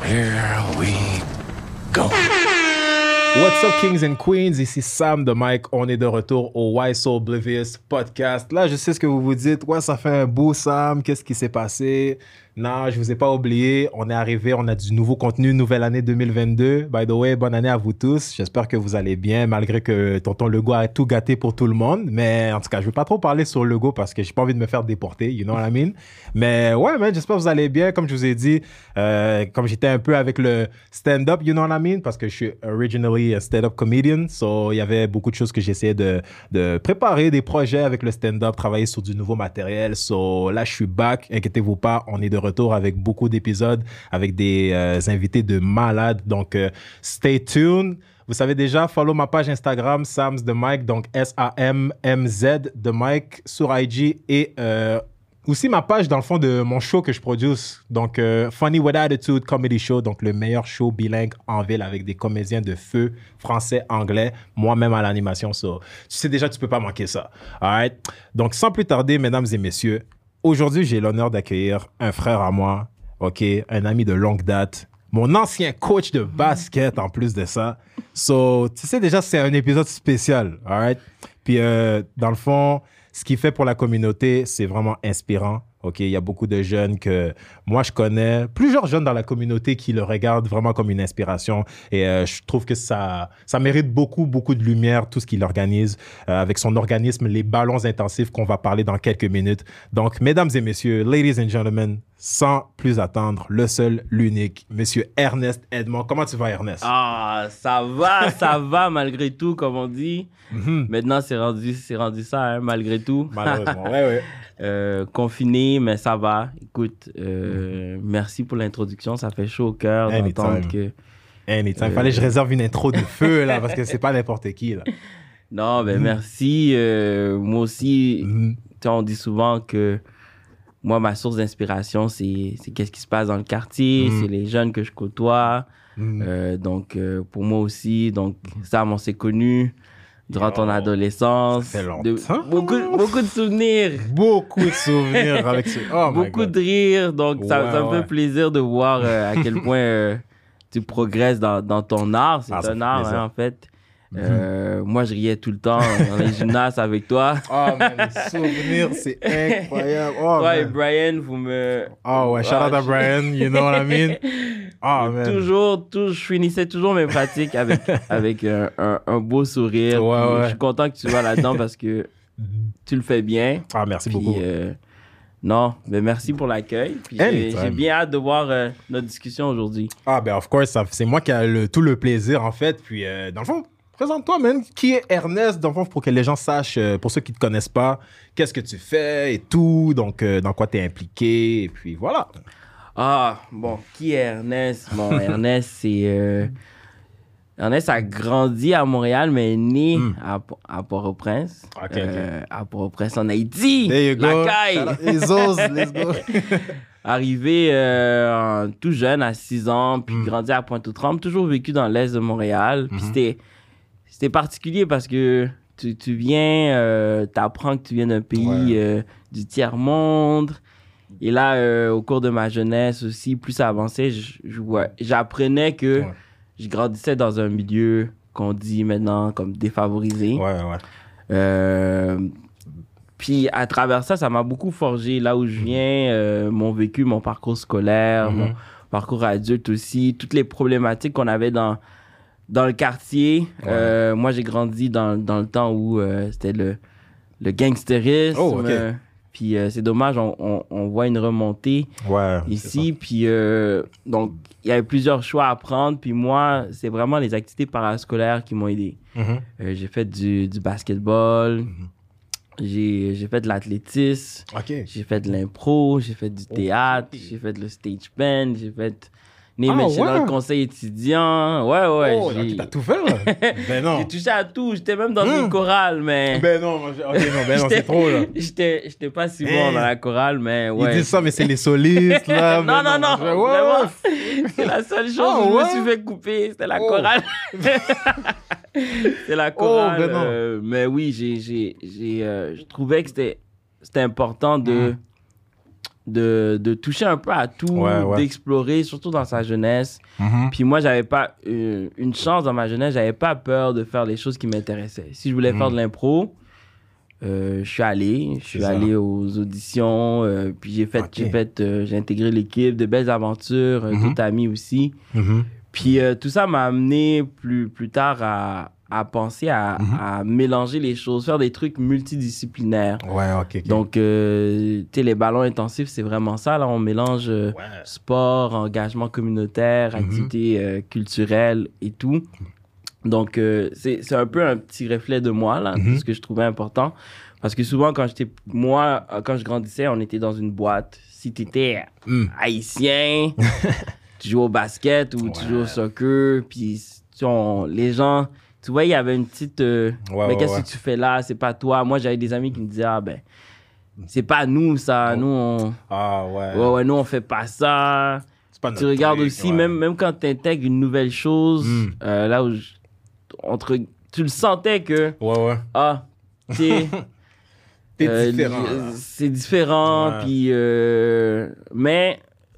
Here we go. What's up, Kings and Queens? Ici Sam de Mike. On est de retour au Why So Oblivious podcast. Là, je sais ce que vous vous dites. Ouais, ça fait un bout, Sam. Qu'est-ce qui s'est passé? Non, je vous ai pas oublié. On est arrivé, on a du nouveau contenu, nouvelle année 2022. By the way, bonne année à vous tous. J'espère que vous allez bien, malgré que Tonton Legault a tout gâté pour tout le monde. Mais en tout cas, je veux pas trop parler sur Legault parce que j'ai pas envie de me faire déporter, you know what I mean? Mais ouais, man, j'espère que vous allez bien. Comme je vous ai dit, comme j'étais un peu avec le stand-up, you know what I mean? Parce que je suis originally a stand-up comedian. So, il y avait beaucoup de choses que j'essayais de préparer, des projets avec le stand-up, travailler sur du nouveau matériel. So, là, je suis back. Inquiétez-vous pas, on est de retour avec beaucoup d'épisodes, avec des invités de malades. Donc, stay tuned. Vous savez déjà, follow ma page Instagram, Sam's de Mike, donc SAMMZ de Mike sur IG et aussi ma page dans le fond de mon show que je produce. Donc, Funny with Attitude Comedy Show, donc le meilleur show bilingue en ville avec des comédiens de feu, français, anglais, moi-même à l'animation. So, tu sais déjà, tu peux pas manquer ça. All right? Donc, sans plus tarder, mesdames et messieurs, aujourd'hui, j'ai l'honneur d'accueillir un frère à moi, OK, un ami de longue date, mon ancien coach de basket en plus de ça. So, tu sais déjà, c'est un épisode spécial, all right? Puis, dans le fond, ce qu'il fait pour la communauté, c'est vraiment inspirant. OK, il y a beaucoup de jeunes que moi, je connais, plusieurs jeunes dans la communauté qui le regardent vraiment comme une inspiration. Et je trouve que ça mérite beaucoup, beaucoup de lumière, tout ce qu'il organise avec son organisme, les ballons intensifs qu'on va parler dans quelques minutes. Donc, mesdames et messieurs, ladies and gentlemen, sans plus attendre, le seul, l'unique, monsieur Ernest Edmond. Comment tu vas, Ernest? Ah, ça va malgré tout, comme on dit. Maintenant, c'est rendu ça, hein, malgré tout. Malheureusement, ouais. Confiné, mais ça va. Écoute, merci pour l'introduction. Ça fait chaud au cœur d'entendre que... Anytime. Il fallait que je réserve une intro de feu, là, parce que c'est pas n'importe qui, là. Non, ben merci. Moi aussi, on dit souvent que moi, ma source d'inspiration, c'est qu'est-ce qui se passe dans le quartier, c'est les jeunes que je côtoie. Donc, pour moi aussi, donc, Sam, on s'est connus durant ton adolescence. Ça fait longtemps. Beaucoup de souvenirs. Beaucoup de souvenirs avec ce... Oh my Beaucoup God. de rires. Donc, ça me fait plaisir de voir à quel point tu progresses dans ton art. C'est un art, hein, en fait. Moi, je riais tout le temps dans les gymnases avec toi. Oh, man, les souvenirs, c'est incroyable. Oh, Toi et man. Brian, vous me... Oh, ouais, shout out à Brian, you know what I mean? Oh, man. Je finissais toujours mes pratiques avec un beau sourire. Ouais, Puis ouais. Je suis content que tu sois là-dedans parce que tu le fais bien. Ah, merci Puis, beaucoup. non, mais merci pour l'accueil. Puis j'ai bien hâte de voir notre discussion aujourd'hui. Ah, ben, of course, c'est moi qui ai tout le plaisir, en fait. Puis, dans le fond, présente-toi, man. Qui est Ernest, dans le fond, pour que les gens sachent, pour ceux qui ne te connaissent pas, qu'est-ce que tu fais et tout, donc dans quoi tu es impliqué, et puis voilà. Ah, bon, qui est Ernest? Bon, Ernest, c'est... Ernest a grandi à Montréal, mais est né à Port-au-Prince. OK. À Port-au-Prince, en Haïti. There you go. La caille. Shout out les os, let's go. Arrivé tout jeune, à 6 ans, puis grandi à Pointe-aux-Trembles, toujours vécu dans l'est de Montréal. Puis c'était particulier parce que tu viens, t'apprends que tu viens d'un pays du tiers-monde. Et là, au cours de ma jeunesse aussi, plus ça avançait, j'apprenais que je grandissais dans un milieu qu'on dit maintenant comme défavorisé. Puis à travers ça, ça m'a beaucoup forgé. Là où je viens, mon vécu, mon parcours scolaire, mon parcours adulte aussi, toutes les problématiques qu'on avait dans le quartier. Moi, j'ai grandi dans le temps où c'était le gangsterisme. Oh, OK. Puis c'est dommage, on voit une remontée ici. Puis donc, il y avait plusieurs choix à prendre. Puis moi, c'est vraiment les activités parascolaires qui m'ont aidé. J'ai fait du basketball. J'ai fait de l'athlétisme. J'ai fait de l'impro. J'ai fait du théâtre. J'ai fait le stage band. J'ai fait... j'étais dans le conseil étudiant. Ouais. T'as tout fait, là? Ben non. J'ai touché à tout. J'étais même dans une chorale, mais... Ben non, c'est trop, là. J'étais pas si bon dans la chorale, mais ouais. Ils disent ça, mais c'est les solistes, là. non, vraiment. C'est la seule chose où je me suis fait couper. C'était la chorale. C'est la chorale. Mais oui, je trouvais que c'était important de de toucher un peu à tout, d'explorer, surtout dans sa jeunesse. Puis moi, j'avais pas une chance dans ma jeunesse, j'avais pas peur de faire les choses qui m'intéressaient. Si je voulais faire de l'impro, je suis allé aux auditions, puis j'ai intégré l'équipe, de belles aventures, d'autres amis aussi. Puis tout ça m'a amené plus tard à penser à mélanger les choses, faire des trucs multidisciplinaires. Donc, tu sais, les ballons intensifs, c'est vraiment ça. Là, on mélange sport, engagement communautaire, activités culturelles et tout. Donc, c'est un peu un petit reflet de moi, là, de ce que je trouvais important. Parce que souvent, quand je grandissais, on était dans une boîte. Si t'étais haïtien, tu joues au basket ou tu joues au soccer, puis les gens... Tu vois, il y avait une petite... mais qu'est-ce que tu fais là? C'est pas toi. Moi, j'avais des amis qui me disaient, c'est pas nous, ça. Nous, on... nous, on fait pas ça. C'est pas tu regardes truc, aussi, même quand tu intègres une nouvelle chose, là où tu le sentais que... t'es différent. C'est différent, puis... mais...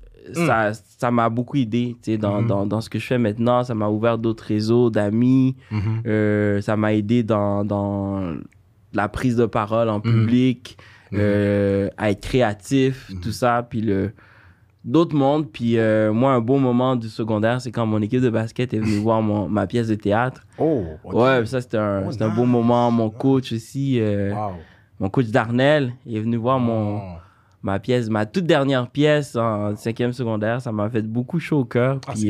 Ça m'a beaucoup aidé dans ce que je fais maintenant. Ça m'a ouvert d'autres réseaux d'amis. Ça m'a aidé dans la prise de parole en public, à être créatif, tout ça. Puis d'autres mondes. Puis moi, un beau moment du secondaire, c'est quand mon équipe de basket est venue voir ma pièce de théâtre. Ouais, ça, c'était un beau moment. Mon coach aussi, mon coach Darnell, est venu voir ma toute dernière pièce en 5e secondaire. Ça m'a fait beaucoup chaud au cœur. Puis,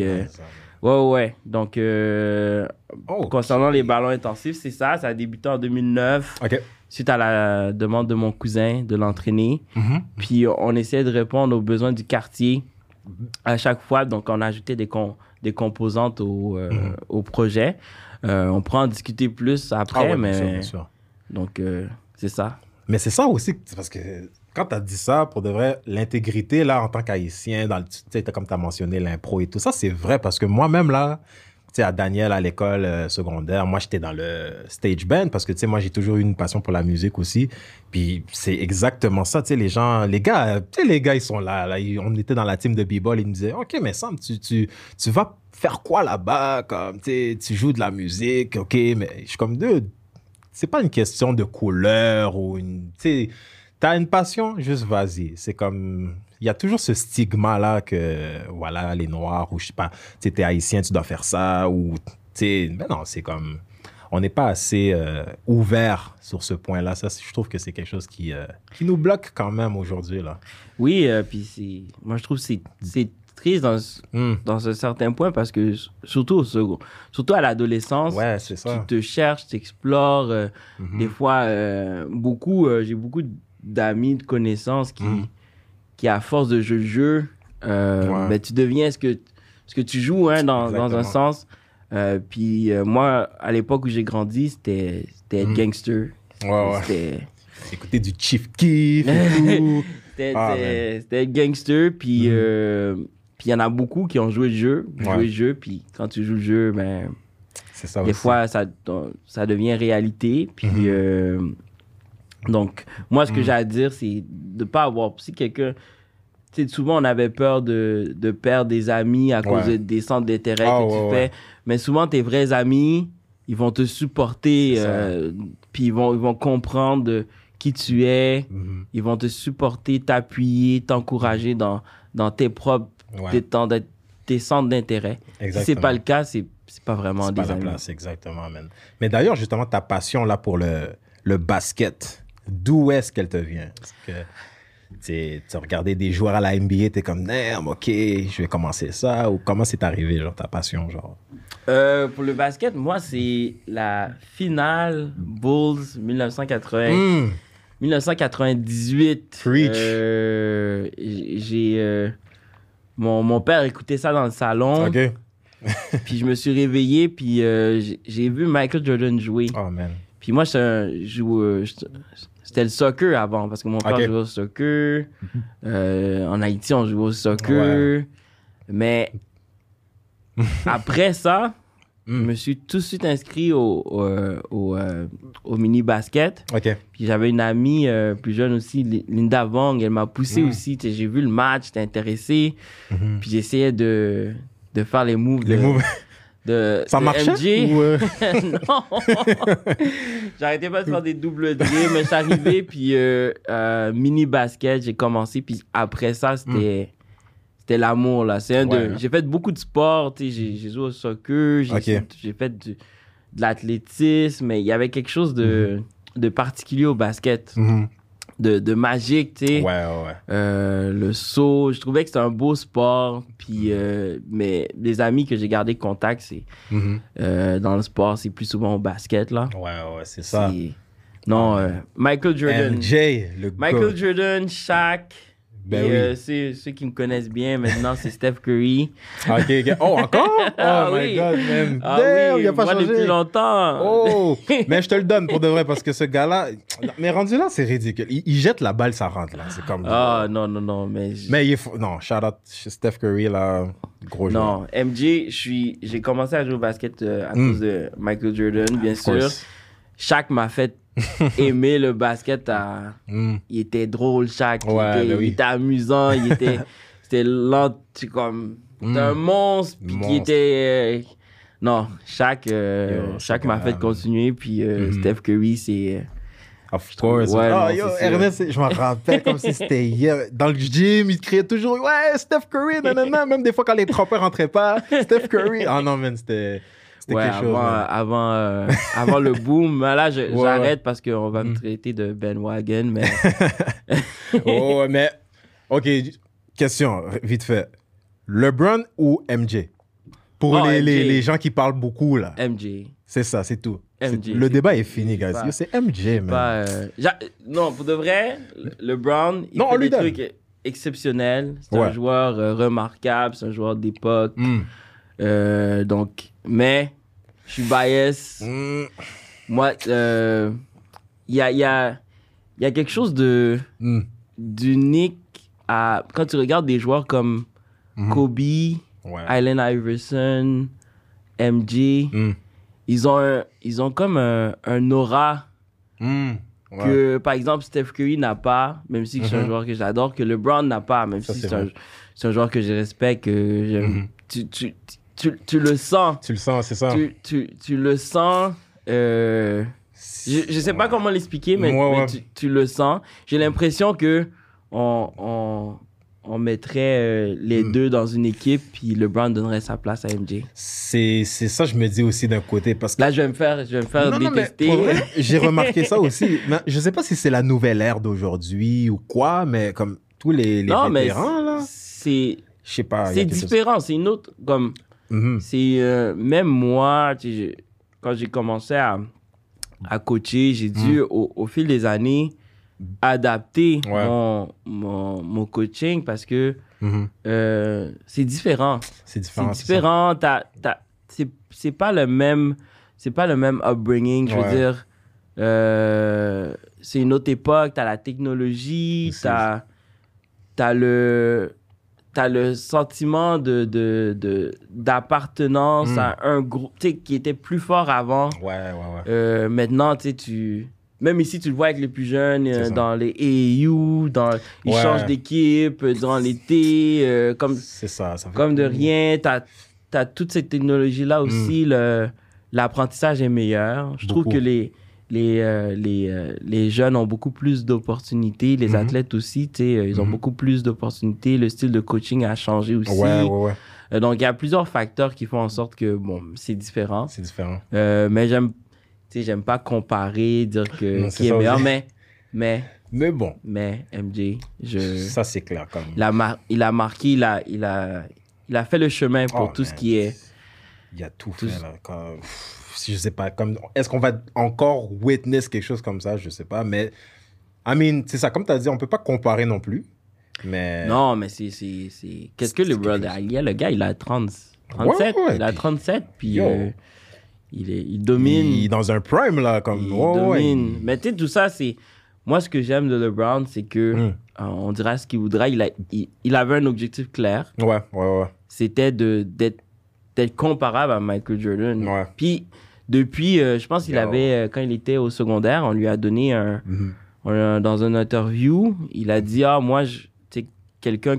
Donc, concernant les ballons intensifs, c'est ça. Ça a débuté en 2009. Suite à la demande de mon cousin de l'entraîner. Puis, on essayait de répondre aux besoins du quartier à chaque fois. Donc, on a ajouté des composantes au projet. On pourra en discuter plus après, mais... Bien sûr. Donc, c'est ça. Mais c'est ça aussi, parce que... Quand tu as dit ça, pour de vrai, l'intégrité, là, en tant qu'haïtien, comme tu as mentionné l'impro et tout ça, c'est vrai parce que moi-même, là, tu sais, à Daniel, à l'école secondaire, moi, j'étais dans le stage band parce que, tu sais, moi, j'ai toujours eu une passion pour la musique aussi. Puis c'est exactement ça, tu sais, les gars, ils sont là, on était dans la team de b-ball, ils me disaient, OK, mais Sam, tu vas faire quoi là-bas? Comme, tu joues de la musique, OK, mais je suis comme, c'est pas une question de couleur ou une, tu sais, t'as une passion, juste vas-y. C'est comme... Il y a toujours ce stigma-là que, voilà, les Noirs, ou je sais pas, tu t'es haïtien, tu dois faire ça, ou, tu sais... Mais non, c'est comme... On n'est pas assez ouvert sur ce point-là. Ça, je trouve que c'est quelque chose qui nous bloque quand même aujourd'hui, là. Oui, puis moi, je trouve que c'est triste dans un certain point parce que, surtout à l'adolescence, c'est ça. Tu te cherches, tu explores. Des fois, j'ai beaucoup d'amis, de connaissances qui à force de jouer le jeu, ben, tu deviens ce que tu joues dans un sens. Puis moi, à l'époque où j'ai grandi, c'était être gangster. C'était écouter du Chief Keef et tout. C'était être gangster, puis il y en a beaucoup qui ont joué le jeu, puis quand tu joues le jeu, ben, c'est ça des aussi. fois, ça devient réalité, puis... Donc, moi, ce que j'ai à dire, c'est de ne pas avoir... Si quelqu'un... Tu sais, souvent, on avait peur de perdre des amis à cause des centres d'intérêt que tu fais. Mais souvent, tes vrais amis, ils vont te supporter, puis ils vont comprendre qui tu es. Ils vont te supporter, t'appuyer, t'encourager dans tes propres... tes centres d'intérêt. Si c'est pas le cas, c'est pas vraiment des amis. Place, exactement, man. Mais d'ailleurs, justement, ta passion là pour le basket... D'où est-ce qu'elle te vient? Parce que tu regardais des joueurs à la NBA, t'es comme, damn, OK, je vais commencer ça. Ou comment c'est arrivé, genre, ta passion, genre? Pour le basket, moi, c'est la finale Bulls 1998. Preach. Mon père écoutait ça dans le salon. OK. Puis je me suis réveillé, puis j'ai vu Michael Jordan jouer. Oh, man. Puis moi, c'était le soccer avant, parce que mon père jouait au soccer. En Haïti, on jouait au soccer. Mais après ça, je me suis tout de suite inscrit au mini-basket. OK. Puis j'avais une amie plus jeune aussi, Linda Vong, elle m'a poussé aussi. Tu sais, j'ai vu le match, j'étais intéressé. Puis j'essayais de faire les moves Ça marchait MJ. ou Non! J'arrêtais pas de faire des doubles dribbles, mais j'arrivais, puis mini-basket, j'ai commencé. Puis après ça, c'était l'amour, là. J'ai fait beaucoup de sport, tu sais, j'ai joué au soccer, j'ai fait de l'athlétisme, mais il y avait quelque chose de particulier au basket. De magique, tu sais. Ouais. Le saut, je trouvais que c'était un beau sport. Puis, mais les amis que j'ai gardé contact, c'est dans le sport, c'est plus souvent au basket, là. Ouais, c'est ça. Non, Michael Jordan. MJ, le Michael gars. Jordan, Shaq. Ben et ceux qui me connaissent bien maintenant, c'est Steph Curry. OK. Oh, encore? Oh Ah my oui. God, man. Ah Damn, oui, il a pas moi changé. depuis longtemps. Oh, mais je te le donne pour de vrai parce que ce gars-là, mais rendu là, c'est ridicule. Il jette la balle, ça rentre là. C'est comme. Ah non, mais Mais il faut. Non, shout out Steph Curry là, gros joueur. non, MJ, j'ai commencé à jouer au basket à cause de Michael Jordan, bien sûr. course. Shaq m'a fait aimer le basket. Il était drôle, Shaq. Ouais, Il était amusant. C'était lent. C'était un monstre. Puis qui était. Non, Shaq m'a fait continuer. Puis Steph Curry, c'est. Of course. Ouais, non, yo, c'est sûr. Ernest, je m'en rappelle comme si c'était hier. Dans le gym, il criait toujours ouais, Steph Curry, nanana. Même des fois quand les trompeurs rentraient pas, Steph Curry. Ah non, man, c'était quelque chose. Avant le boom. Là, j'arrête parce qu'on va me traiter de bandwagon, mais... Oh, mais... OK, question, vite fait. LeBron ou MJ? Pour Oh, les gens qui parlent beaucoup, là. MJ. C'est ça, c'est tout. MJ, Le débat est fini, guys. pas- Yo, c'est MJ, man. Non, pour de vrai, LeBron, il Non, on fait lui des donne. trucs exceptionnels. C'est Ouais. un joueur remarquable, c'est un joueur d'époque. Donc, mais je suis bias. Moi, il y a quelque chose d'unique à... Quand tu regardes des joueurs comme Kobe, Ouais. Allen Iverson, MJ, ils ont comme un aura Ouais. que, par exemple, Steph Curry n'a pas, même si c'est un joueur que j'adore, que LeBron n'a pas, même Ça, si c'est c'est un joueur que je respecte, que j'aime. Tu le sens. Tu le sens, c'est ça? Tu le sens. Je sais pas comment l'expliquer, mais, Ouais. tu le sens. J'ai l'impression que on mettrait les deux dans une équipe, puis LeBron donnerait sa place à MJ. C'est ça, je me dis aussi d'un côté. Parce que Là, je vais me faire Non, mais détester. pour vrai, j'ai remarqué ça aussi. Mais je sais pas si c'est la nouvelle ère d'aujourd'hui ou quoi, mais comme tous les Non, mais vétérans, là, c'est je sais pas. il y a c'est quelque chose. différent. C'est une autre... Comme, c'est... même moi, tu sais, quand j'ai commencé à coacher, j'ai dû, au fil des années, adapter mon coaching parce que c'est différent. C'est différent. C'est différent. C'est pas le même upbringing. Je veux dire, c'est une autre époque. T'as la technologie, t'as le sentiment d'appartenance à un groupe, tu sais, qui était plus fort avant. Ouais. Maintenant, tu sais, même ici, tu le vois avec les plus jeunes, dans les AAU, ils changent d'équipe durant l'été, C'est ça. Ça fait comme de rien. T'as toute cette technologie-là aussi. L'apprentissage est meilleur. Je trouve que les jeunes ont beaucoup plus d'opportunités. Les athlètes aussi, tu sais, ils ont beaucoup plus d'opportunités. Le style de coaching a changé aussi. Ouais. Donc, il y a plusieurs facteurs qui font en sorte que, bon, c'est différent. C'est différent. Mais j'aime pas comparer, dire Non, qui est meilleur, aussi. mais bon, MJ, ça c'est clair quand même. il a marqué, il a fait le chemin pour tout ce qui est... Il a tout fait là. Je sais pas, est-ce qu'on va encore witness quelque chose comme ça? Je sais pas, mais I mean, c'est ça, comme tu as dit, on peut pas comparer non plus. Mais... Non, mais c'est... Qu'est-ce que le brother? Le gars, il a 37. Ouais, il a puis- 37, puis Yo. il domine. Il est dans un prime là, comme. Il Ouais. domine. Mais tu sais, tout ça, c'est... Moi, ce que j'aime de LeBron, c'est que on dira ce qu'il voudra. Il avait un objectif clair. Ouais. C'était d'être d'être comparable à Michael Jordan. Ouais. Puis, depuis, je pense qu'il Yo. avait, quand il était au secondaire, on lui a donné dans une interview, il a dit, moi, tu sais, quelqu'un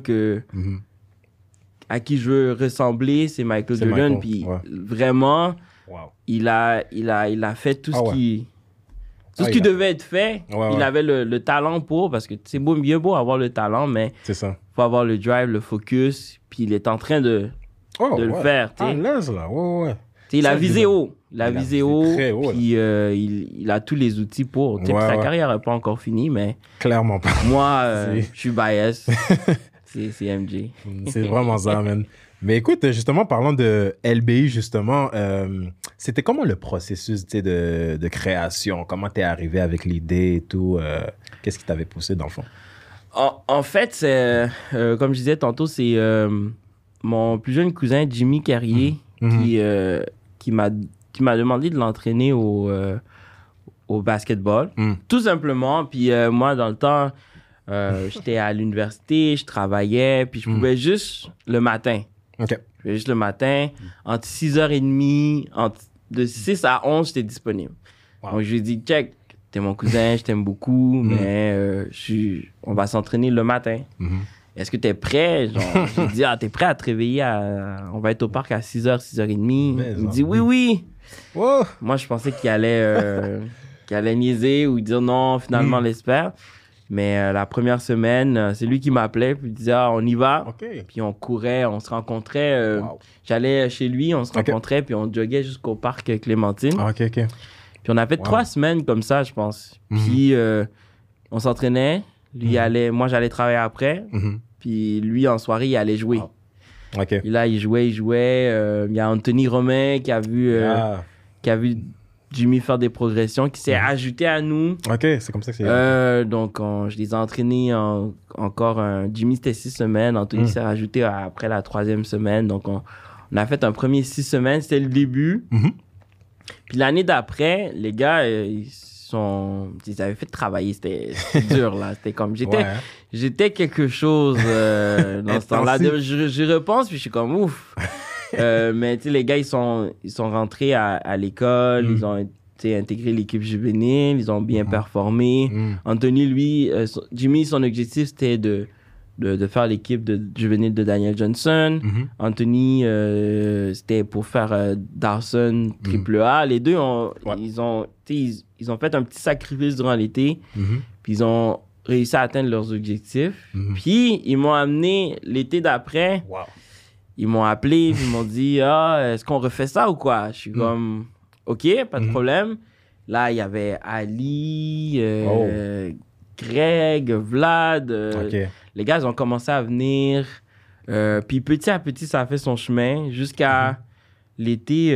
à qui je veux ressembler, c'est Michael C'est Jordan. Michael, Puis, ouais. vraiment, Wow. il a fait tout Ah ce ouais. qui... Tout Ah, ce qui il a- devait être fait, Ouais, il ouais. avait le talent pour, parce que c'est bien beau avoir le talent, mais C'est ça. faut avoir le drive, le focus, puis il est en train de le ouais. faire, tu sais. Ah, l'aise, là. Ouais. Tu sais, il Ça, a je visé dis- haut. Il a il a visé visé haut, très haut, puis il a tous les outils pour. Tu sais, Ouais, sa ouais. carrière n'est pas encore finie, mais Clairement pas. moi, C'est- je suis bias. c'est MJ. C'est vraiment ça, man. Mais écoute, justement, parlant de LBI, justement, c'était comment le processus, tu sais, de création? Comment t'es arrivé avec l'idée et tout? Qu'est-ce qui t'avait poussé, dans le fond? En fait, c'est, comme je disais tantôt, c'est mon plus jeune cousin, Jimmy Carrier, qui m'a demandé de l'entraîner au basketball. Tout simplement. Puis moi, dans le temps, j'étais à l'université, je travaillais, puis je pouvais juste le matin. OK. Je pouvais juste le matin, entre 6h30, de 6 à 11, j'étais disponible. Wow. Donc, je lui ai dit, check, t'es mon cousin, je t'aime beaucoup, mais on va s'entraîner le matin. Est-ce que t'es prêt? Genre, j'ai dit, t'es prêt à te réveiller on va être au parc à 6h, 6h30. Mais Il me dit, oui. Oh! Moi, je pensais qu'il allait niaiser ou dire non, finalement, on l'espère. Mais la première semaine, c'est lui qui m'appelait, puis il disait, on y va. OK. Puis on courait, on se rencontrait. Wow. J'allais chez lui, on se rencontrait, puis on joguait jusqu'au parc Clémentine. OK. Puis on a fait 3 semaines comme ça, je pense. Puis on s'entraînait. Lui moi, j'allais travailler après. Puis lui, en soirée, il allait jouer. OK. Puis là, il jouait. Il y a Anthony Romain qui a vu Jimmy faire des progressions, qui s'est ajouté à nous. OK, c'est comme ça que c'est... Donc, je les ai entraînés encore. Jimmy, c'était 6 semaines. Anthony s'est rajouté après la 3e semaine. Donc, on a fait un premier 6 semaines. C'était le début. Puis l'année d'après, les gars, ils avaient fait travailler. C'était dur, là. C'était comme... J'étais quelque chose dans ce temps-là. J'y repense, puis je suis comme ouf. Mais tu sais, les gars, ils sont rentrés à l'école, ils ont intégré l'équipe juvénile, ils ont bien performé. Anthony, lui, Jimmy, son objectif, c'était de faire l'équipe juvénile de Daniel Johnson. Anthony, c'était pour faire Dawson AAA. Les deux, ils ont fait un petit sacrifice durant l'été, puis ils ont réussi à atteindre leurs objectifs. Puis, ils m'ont amené l'été d'après. Wow. Ils m'ont appelé, ils m'ont dit, est-ce qu'on refait ça ou quoi? Je suis comme, OK, pas de problème. Là, il y avait Ali, Greg, Vlad. Les gars, ils ont commencé à venir. Puis petit à petit, ça a fait son chemin jusqu'à l'été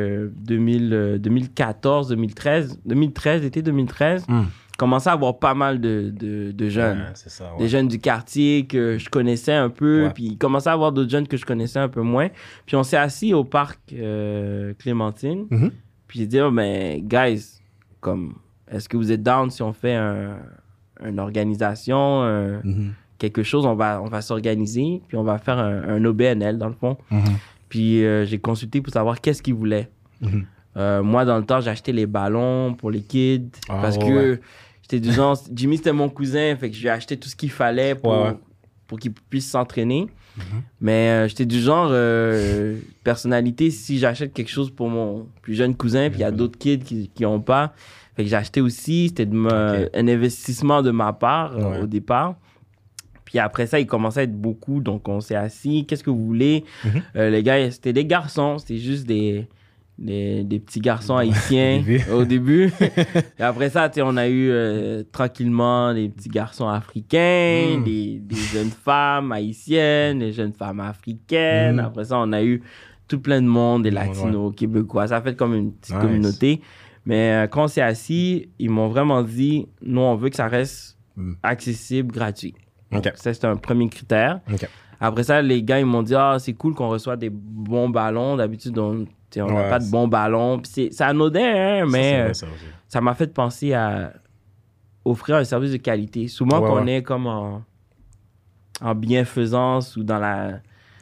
2014-2013. 2013. Commençait à avoir pas mal de jeunes. Ouais, c'est ça, Des jeunes du quartier que je connaissais un peu. Ouais. Puis il commençait à avoir d'autres jeunes que je connaissais un peu moins. Puis on s'est assis au parc Clémentine. Puis j'ai dit, guys, comme, est-ce que vous êtes down si on fait une organisation, quelque chose, on va s'organiser, puis on va faire un OBNL dans le fond. Puis j'ai consulté pour savoir qu'est-ce qu'ils voulaient. Moi, dans le temps, j'ai acheté les ballons pour les kids parce que j'étais du genre... Jimmy, c'était mon cousin, fait que je lui ai acheté tout ce qu'il fallait pour qu'il puisse s'entraîner. Mais j'étais du genre personnalité, si j'achète quelque chose pour mon plus jeune cousin, puis il y a d'autres kids qui n'ont pas, fait que j'ai acheté aussi. C'était un investissement de ma part au départ. Puis après ça, il commençait à être beaucoup, donc on s'est assis. Qu'est-ce que vous voulez? Les gars, c'était des garçons, c'était juste des petits garçons haïtiens au début. Et après ça, on a eu tranquillement des petits garçons africains, des jeunes femmes haïtiennes, des jeunes femmes africaines. Après ça, on a eu tout plein de monde, des latinos, québécois. Ça a fait comme une petite communauté. Mais quand on s'est assis, ils m'ont vraiment dit, nous, on veut que ça reste accessible, gratuit. Donc, ça, c'était un premier critère. Après ça, les gars, ils m'ont dit, c'est cool qu'on reçoit des bons ballons. D'habitude, on n'a pas de bons ballons. Puis c'est anodin, hein, mais ça m'a fait penser à offrir un service de qualité. Souvent, qu'on est comme en bienfaisance ou dans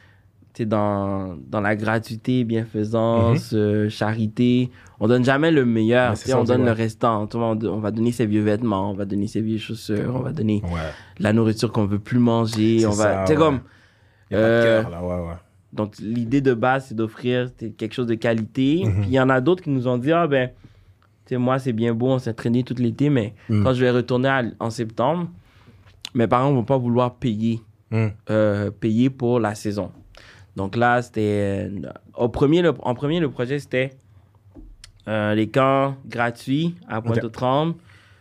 dans la gratuité, bienfaisance, charité. On donne jamais le meilleur, on donne le restant. On va donner ses vieux vêtements, on va donner ses vieilles chaussures, on va donner la nourriture qu'on veut plus manger. C'est comme... Il n'y a pas de cœur, là, ouais. Donc, l'idée de base, c'est d'offrir quelque chose de qualité. Puis, il y en a d'autres qui nous ont dit, moi, c'est bien beau, on s'est entraîné tout l'été, mais quand je vais retourner en septembre, mes parents ne vont pas vouloir payer pour la saison. Donc là, c'était... En premier, le projet, c'était les camps gratuits à Pointe-aux-Trembles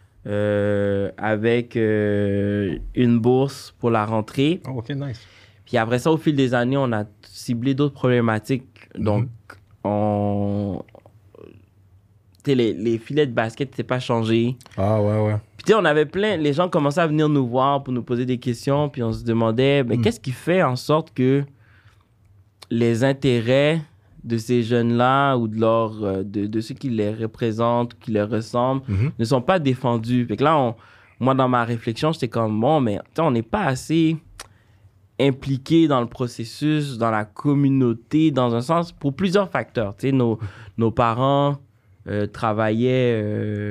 avec une bourse pour la rentrée. Oh, OK, nice. Puis après ça, au fil des années, on a ciblé d'autres problématiques. Donc, les filets de basket n'étaient pas changés. Ah, ouais. Puis on avait les gens commençaient à venir nous voir pour nous poser des questions. Puis on se demandait, qu'est-ce qui fait en sorte que les intérêts de ces jeunes-là ou de ceux qui les représentent, qui les ressemblent, ne sont pas défendus. Fait que là, moi, dans ma réflexion, j'étais comme, on n'est pas assez impliqué dans le processus, dans la communauté, dans un sens, pour plusieurs facteurs. Tu sais, nos parents travaillaient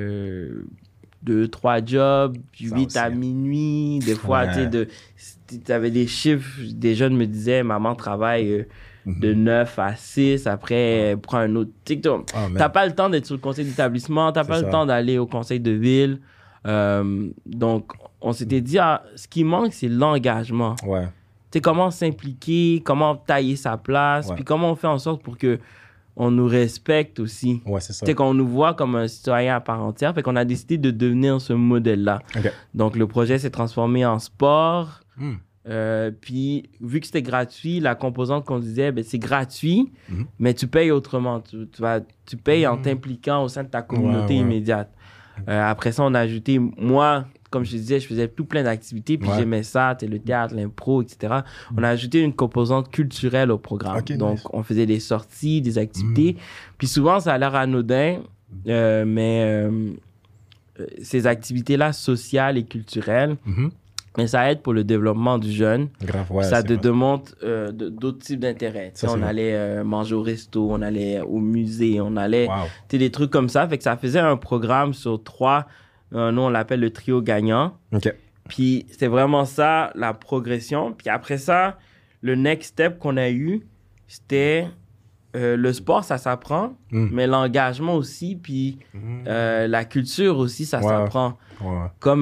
2-3 jobs, 8 à minuit. Des fois, tu avais des chiffres, des jeunes me disaient, maman travaille de 9 à 6, après, elle prend un autre. Tu n'as pas le temps d'être sur le conseil d'établissement, tu n'as pas le temps d'aller au conseil de ville. Donc, on s'était dit, ce qui manque, c'est l'engagement. Ouais. Tu sais, comment s'impliquer, comment tailler sa place, puis comment on fait en sorte pour que on nous respecte aussi. Ouais, c'est ça. Tu sais, qu'on nous voit comme un citoyen à part entière. Fait qu'on a décidé de devenir ce modèle-là. Okay. Donc, le projet s'est transformé en sport. Puis, vu que c'était gratuit, la composante qu'on disait, c'est gratuit, mais tu payes autrement. Tu payes en t'impliquant au sein de ta communauté immédiate. Après ça, on a ajouté, moi, comme je te disais, je faisais tout plein d'activités, puis j'aimais ça, le théâtre, l'impro, etc. On a ajouté une composante culturelle au programme. Okay, donc, on faisait des sorties, des activités. Puis souvent, ça a l'air anodin, mais ces activités-là, sociales et culturelles, mais ça aide pour le développement du jeune. Grave, ça te demande d'autres types d'intérêts. On allait manger au resto, on allait au musée, on allait... des trucs comme ça. Fait que ça faisait un programme sur 3... nous, on l'appelle le trio gagnant. OK. Puis, c'est vraiment ça, la progression. Puis après ça, le next step qu'on a eu, c'était le sport, ça s'apprend, mais l'engagement aussi, puis la culture aussi, ça s'apprend. Comme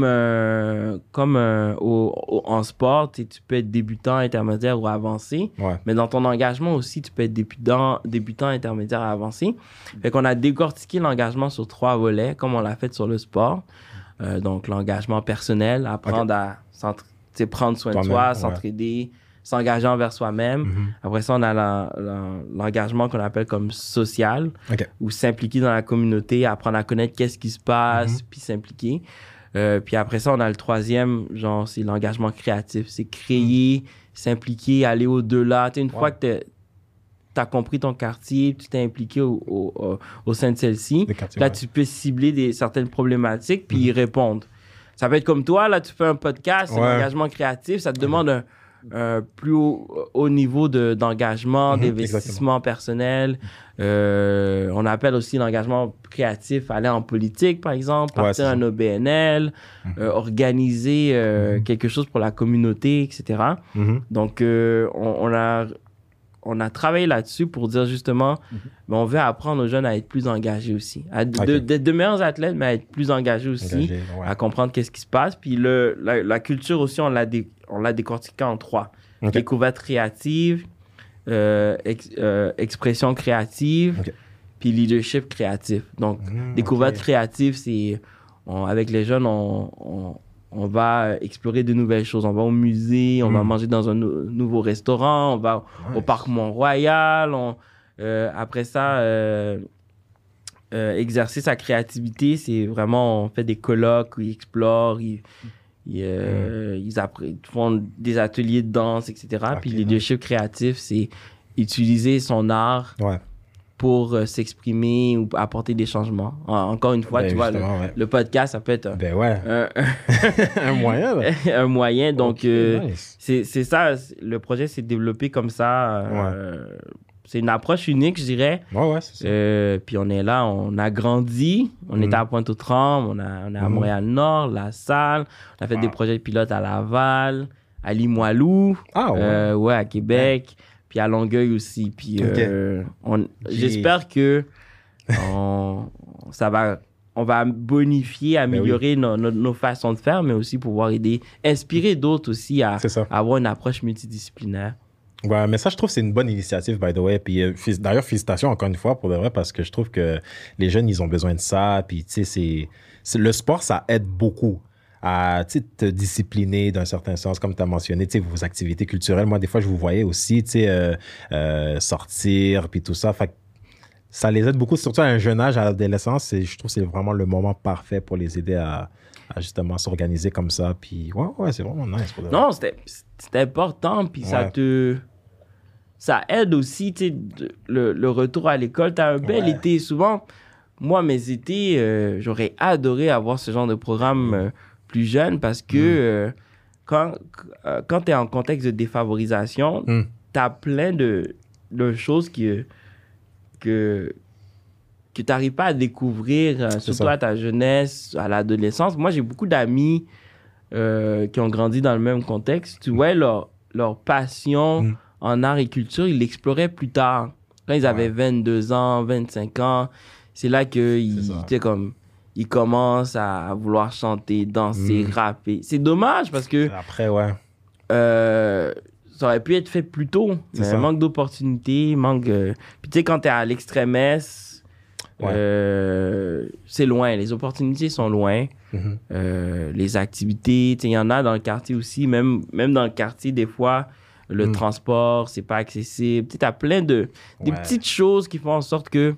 en sport, tu peux être débutant, intermédiaire ou avancé. Mais dans ton engagement aussi, tu peux être débutant, intermédiaire et avancé. Fait qu'on a décortiqué l'engagement sur 3 volets, comme on l'a fait sur le sport. Donc, l'engagement personnel, apprendre à prendre soin de soi, s'entraider, s'engager envers soi-même. Après ça, on a l'engagement qu'on appelle comme social, ou s'impliquer dans la communauté, apprendre à connaître qu'est-ce qui se passe, puis s'impliquer. Puis après ça, on a le 3e, c'est l'engagement créatif. C'est créer, s'impliquer, aller au-delà. Une fois que tu as compris ton quartier, tu t'es impliqué au sein de celle-ci, là, tu peux cibler certaines problématiques, puis y répondre. Ça peut être comme toi, là, tu fais un podcast, c'est l'engagement créatif, ça te demande un plus haut niveau d'engagement, d'investissement personnel. On appelle aussi l'engagement créatif aller en politique, par exemple, partir à un OBNL, organiser quelque chose pour la communauté, etc. Donc, on a travaillé là-dessus pour dire justement, on veut apprendre aux jeunes à être plus engagés aussi, d'être de meilleurs athlètes, mais à être plus engagés aussi, à comprendre qu'est-ce qui se passe. Puis la culture aussi, on l'a décortiquée en 3. Découverte créative, expression créative, puis leadership créatif. Donc, découverte créative, c'est avec les jeunes, on va explorer de nouvelles choses. On va au musée, on va manger dans un nouveau restaurant, on va au parc Mont-Royal. Après ça, exercer sa créativité, c'est vraiment, on fait des colloques où ils explorent, ils font des ateliers de danse, etc. Puis le leadership créatif, c'est utiliser son art pour s'exprimer ou apporter des changements. Encore une fois, Ben, tu vois, justement, le podcast, ça peut être Ben ouais, un, un moyen, là. un moyen. Donc, Ok, nice. c'est ça. Le projet s'est développé comme ça. C'est une approche unique, je dirais. Ouais, c'est ça. Puis on est là, on a grandi. On était à Pointe-aux-Trembles, on est à Montréal-Nord, La Salle. On a fait des projets de pilote à Laval, à Limoilou, Ah ouais. à Québec, puis à Longueuil aussi. Puis j'espère que on va bonifier, améliorer nos façons de faire, mais aussi pouvoir aider, inspirer d'autres aussi à avoir une approche multidisciplinaire. Ouais, mais ça, je trouve que c'est une bonne initiative, by the way. Puis d'ailleurs, félicitations encore une fois pour de vrai, parce que je trouve que les jeunes, ils ont besoin de ça. Puis, tu sais, le sport, ça aide beaucoup à te discipliner d'un certain sens, comme tu as mentionné, vos activités culturelles. Moi, des fois, je vous voyais aussi sortir, puis tout ça. Fait que ça les aide beaucoup, surtout à un jeune âge, à l'adolescence. Et je trouve que c'est vraiment le moment parfait pour les aider à justement s'organiser comme ça. Puis, ouais, c'est vraiment nice. Non, c'était important. Puis ça aide aussi, tu sais, le retour à l'école. Tu as un bel été. Souvent, moi, mes étés, j'aurais adoré avoir ce genre de programme plus jeune parce que quand tu es en contexte de défavorisation, tu as plein de choses que tu n'arrives pas à découvrir, surtout à ta jeunesse, à l'adolescence. Moi, j'ai beaucoup d'amis qui ont grandi dans le même contexte. Tu vois, leur passion en art et culture, ils l'exploraient plus tard. Quand ils avaient 22 ans, 25 ans, c'est là qu'ils commencent à vouloir chanter, danser, rapper. C'est dommage parce que... Après, ça aurait pu être fait plus tôt. Mais manque d'opportunités, Puis tu sais, quand t'es à l'extrême est, c'est loin. Les opportunités sont loin. Les activités, il y en a dans le quartier aussi. Même dans le quartier, des fois, le transport, c'est pas accessible. Tu as plein des petites choses qui font en sorte que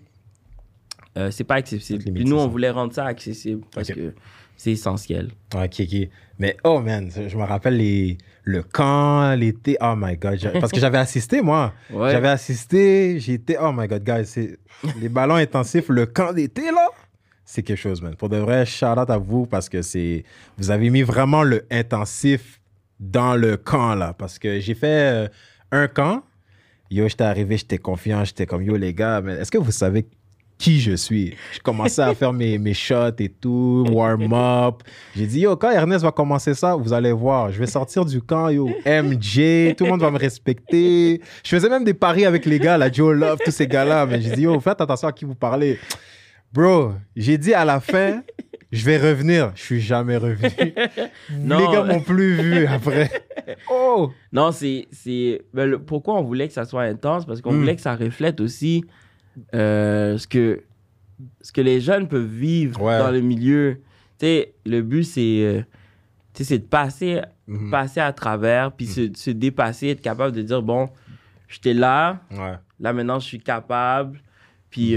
c'est pas accessible. Puis nous, on voulait rendre ça accessible parce que c'est essentiel. OK. Mais, oh man, je me rappelle le camp, l'été. Oh my God. Parce que j'avais assisté, moi. Ouais. J'avais assisté. J'étais, oh my God, guys. Les ballons intensifs, le camp d'été, là, c'est quelque chose, man. Pour de vrai, shout-out à vous parce que vous avez mis vraiment le intensif dans le camp, là. Parce que j'ai fait un camp. Yo, j'étais arrivé, j'étais confiant. J'étais comme, yo, les gars, mais est-ce que vous savez qui je suis? Je commençais à faire mes shots et tout, warm-up. J'ai dit, yo, quand Ernest va commencer ça, vous allez voir. Je vais sortir du camp, yo, MJ, tout le monde va me respecter. Je faisais même des paris avec les gars, la Joe Love, tous ces gars-là. Mais j'ai dit, yo, faites attention à qui vous parlez. Bro, j'ai dit à la fin, je vais revenir. Je suis jamais revenu. Les gars m'ont plus vu après. Oh! Non, pourquoi on voulait que ça soit intense? Parce qu'on voulait que ça reflète aussi ce que les jeunes peuvent vivre dans le milieu. Tu sais, le but, c'est de passer à travers, puis se dépasser, être capable de dire, bon, j'étais là, là maintenant je suis capable. Puis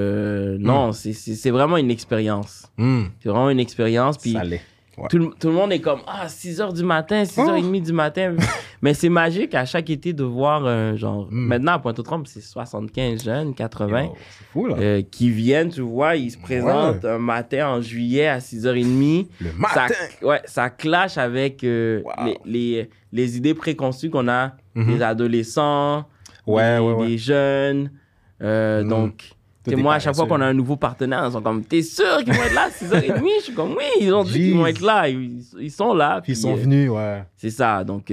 non, c'est vraiment une expérience. C'est vraiment une expérience. Puis tout le monde est comme, 6h du matin, 6h30 du matin. Mais c'est magique à chaque été de voir, maintenant à Pointe-aux-Trembles, c'est 75 jeunes, 80, c'est fou, là. qui viennent, tu vois, ils se présentent un matin en juillet à 6h30. Le matin! Ça clash avec les idées préconçues qu'on a des adolescents, des jeunes. Donc, moi, à chaque fois qu'on a un nouveau partenaire, ils sont comme, t'es sûr qu'ils vont être là à 6h30? Je suis comme, oui, ils ont dit qu'ils vont être là. Ils sont là. Puis ils sont venus, C'est ça. Donc,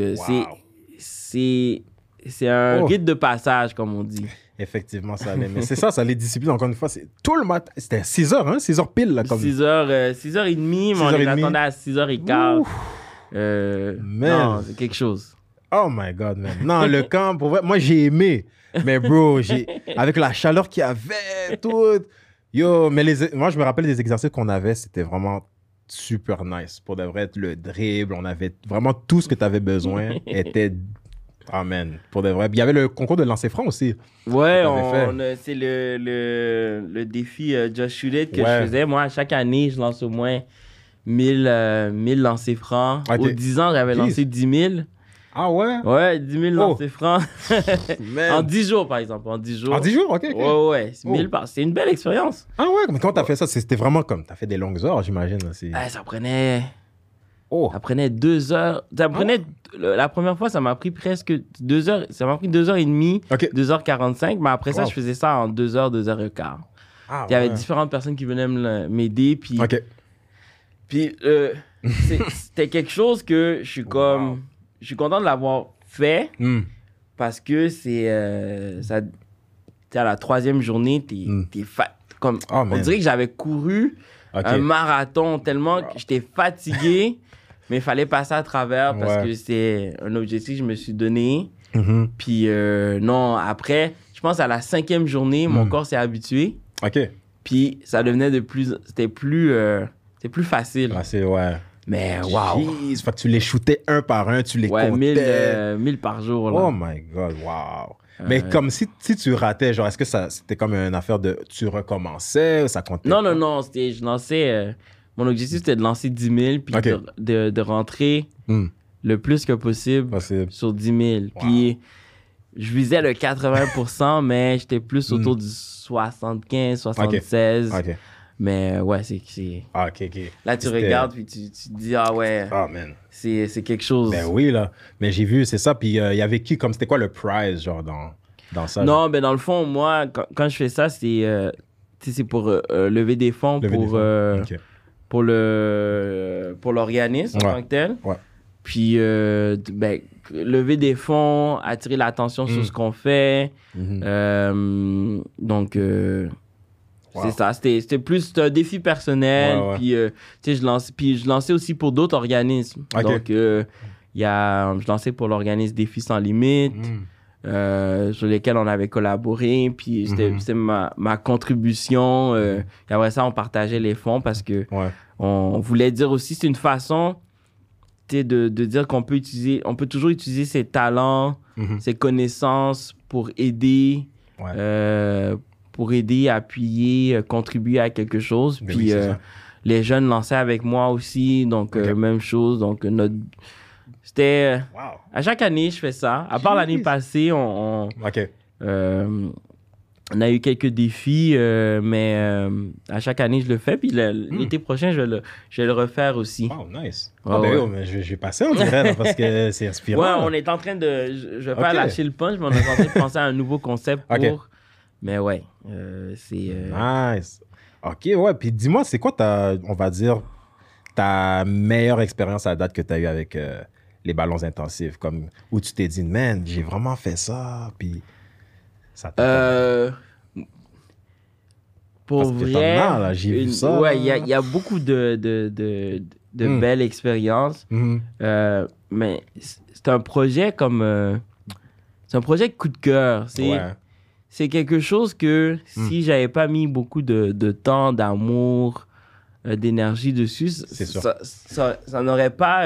c'est un rite de passage, comme on dit. Effectivement, ça allait. Mais c'est ça les disciplines, encore une fois, c'est tout le matin. C'était 6h, hein? 6h pile, là. 6h30, mais on les attendait à 6h15. Non, c'est quelque chose. Oh my God, man. Non, le camp, pour vrai, moi, j'ai aimé. Mais bro, avec la chaleur qu'il y avait, tout. Yo, mais moi, je me rappelle des exercices qu'on avait, c'était vraiment super nice. Pour de vrai, le dribble, on avait vraiment tout ce que tu avais besoin était... Amen. Pour de vrai. Il y avait le concours de lancer franc aussi. Ouais, c'est le défi Just Shoot It que je faisais. Moi, chaque année, je lance au moins 1000 lancers francs. Aux 10 ans, j'avais lancé 10 000. Ah ouais? Ouais, 10 000 lancers francs. Man. En 10 jours, par exemple. En 10 jours. En 10 jours? OK. Ouais. C'est 1000 par... C'est une belle expérience. Ah ouais? Mais comment t'as fait ça? C'était vraiment comme... T'as fait des longues heures, j'imagine. Ça prenait... Oh. Ça prenait 2 heures. Ça prenait... La première fois, ça m'a pris presque 2 heures. Ça m'a pris 2h30, OK. 2h45. Mais après ça, je faisais ça en 2 heures, 2h15. Ah, Il y avait différentes personnes qui venaient m'aider. Puis, OK. puis c'était quelque chose que je suis comme... Wow. Je suis content de l'avoir fait Mm. parce que c'est... ça, t'sais, à la 3e journée, t'es comme, Oh, on man. dirait que j'avais couru OK. un marathon tellement que j'étais fatigué, mais il fallait passer à travers parce Ouais. que c'est un objectif que je me suis donné. Mhm. Puis non, après, je pense à la 5e journée, mon corps s'est habitué. OK. Puis ça devenait c'était plus facile. Ah, ouais. Mais waouh! Jeez. Fait que tu les shootais un par un, tu les Ouais, comptais. 1000 par jour. Là. Oh my God, wow. Mais comme si tu ratais, genre, est-ce que c'était comme une affaire de... Tu recommençais, ça comptait? Non, je lançais... mon objectif, c'était de lancer 10 000 puis Ok. de rentrer Hmm. le plus que possible Possible. sur 10 000. Puis je visais le 80%, mais j'étais plus autour du 75, 76. OK. Mais ouais, c'est... Ah, OK. Là, tu C'était- regardes puis tu te dis, ah ouais, Ah, man. c'est quelque chose. Ben oui, là. Mais j'ai vu, c'est ça. Puis il y avait qui, comme c'était quoi le prize, genre, dans ça? Non, ben dans le fond, moi, quand je fais ça, c'est pour lever des fonds Lever des pour, fonds. OK. pour l'organisme en Ouais. tant que tel. Ouais. Puis, ben, lever des fonds, attirer l'attention sur ce qu'on fait. Mhm. Donc, Wow. c'est ça. C'était plus un défi personnel. Ouais, ouais. Puis, tu sais, je lançais aussi pour d'autres organismes. Ok. Donc, je lançais pour l'organisme Défis sans limite. Sur lesquels on avait collaboré. Puis c'était ma contribution. Et après ça, on partageait les fonds parce que Ouais. on voulait dire aussi, c'est une façon de dire qu'on peut toujours utiliser ses talents, Mhm. ses connaissances pour aider, Ouais. appuyer, contribuer à quelque chose. Ben Puis oui, c'est ça. les jeunes lançaient avec moi aussi. Donc, Ok. même chose. Donc, c'était... Wow. À chaque année, je fais ça. À part l'année Jeez. passée, on OK. a eu quelques défis, mais à chaque année, je le fais. Puis l'été prochain, je vais le refaire aussi. Wow, nice. Ouais, Ah, ben ouais. oui, mais je vais passer, on dirait, là, parce que c'est inspirant. Ouais, là. on est en train de... Je vais pas Ok. lâcher le punch, mais on est en train de penser à un nouveau concept pour... Ok. Mais ouais, c'est... Nice. OK, ouais. Puis dis-moi, c'est quoi on va dire, ta meilleure expérience à date que tu as eue avec les ballons intensifs, comme où tu t'es dit, man, j'ai vraiment fait ça, puis ça t'a... Pour Parce que vrai... t'en as, là, j'ai vu ça, Ouais, là. il y a beaucoup de belles expériences. Mhm. Mais c'est un projet comme... c'est un projet coup de cœur. Ouais. C'est quelque chose que si j'avais pas mis beaucoup de temps, d'amour, d'énergie dessus, C'est sûr. ça n'aurait pas...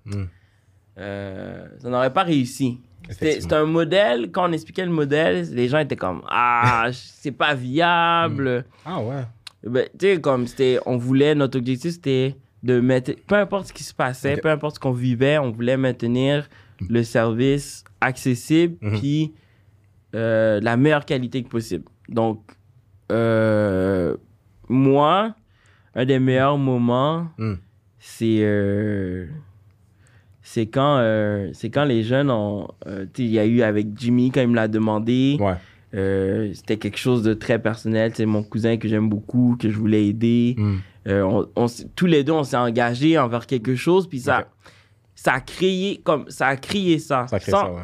ça n'aurait pas réussi. Effectivement. C'était un modèle, quand on expliquait le modèle, les gens étaient comme « Ah, c'est pas viable. Ah ouais. Ben, tu sais, comme on voulait, notre objectif, c'était de mettre... Peu importe ce qui se passait, Ok. peu importe ce qu'on vivait, on voulait maintenir le service accessible, puis la meilleure qualité que possible. Donc, moi, un des meilleurs moments, c'est quand les jeunes ont... tu sais, il y a eu avec Jimmy, quand il me l'a demandé, Ouais. c'était quelque chose de très personnel. C'est mon cousin que j'aime beaucoup, que je voulais aider. Tous les deux, on s'est engagés envers quelque chose, puis ça, Ok. ça a crié ça. Ça crée ça, ouais.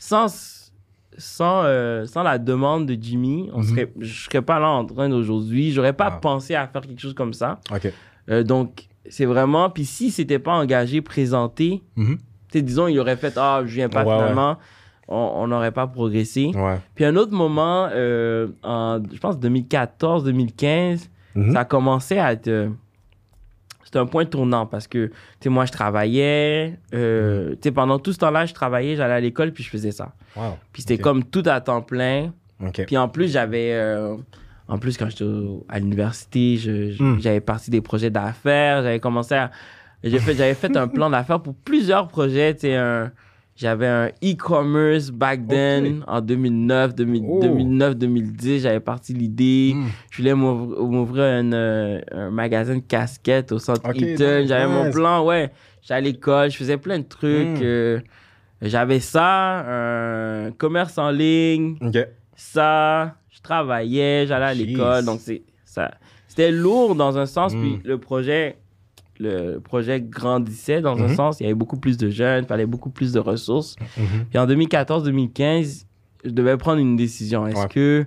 Sans la demande de Jimmy, je serais pas là en train d'aujourd'hui. J'aurais pas pensé à faire quelque chose comme ça. OK. Donc, c'est vraiment... Puis si c'était pas engagé, présenté, tu sais, disons, il aurait fait « Ah, je viens pas Ouais, finalement. On n'aurait pas progressé. Ouais. Puis un autre moment, en, je pense, 2014-2015, ça a commencé à être... c'était un point tournant parce que, tu sais, moi, je travaillais. Tu sais, pendant tout ce temps-là, je travaillais, j'allais à l'école, puis je faisais ça. Wow. Puis c'était Ok. comme tout à temps plein. OK. Puis en plus, j'avais... en plus, quand j'étais à l'université, j'avais parti des projets d'affaires. J'avais commencé à... J'avais fait un plan d'affaires pour plusieurs projets. Tu sais, J'avais un e-commerce back then, en 2009-2010. J'avais parti l'idée. Je voulais m'ouvrir un magasin de casquettes au centre Eaton. J'avais mon plan, ouais. J'étais à l'école, je faisais plein de trucs. J'avais ça, un commerce en ligne. Ça, je travaillais, j'allais à l'école. Donc, c'était lourd dans un sens. Puis le projet grandissait dans un sens. Il y avait beaucoup plus de jeunes, il fallait beaucoup plus de ressources. Puis en 2014-2015, je devais prendre une décision. Est-ce que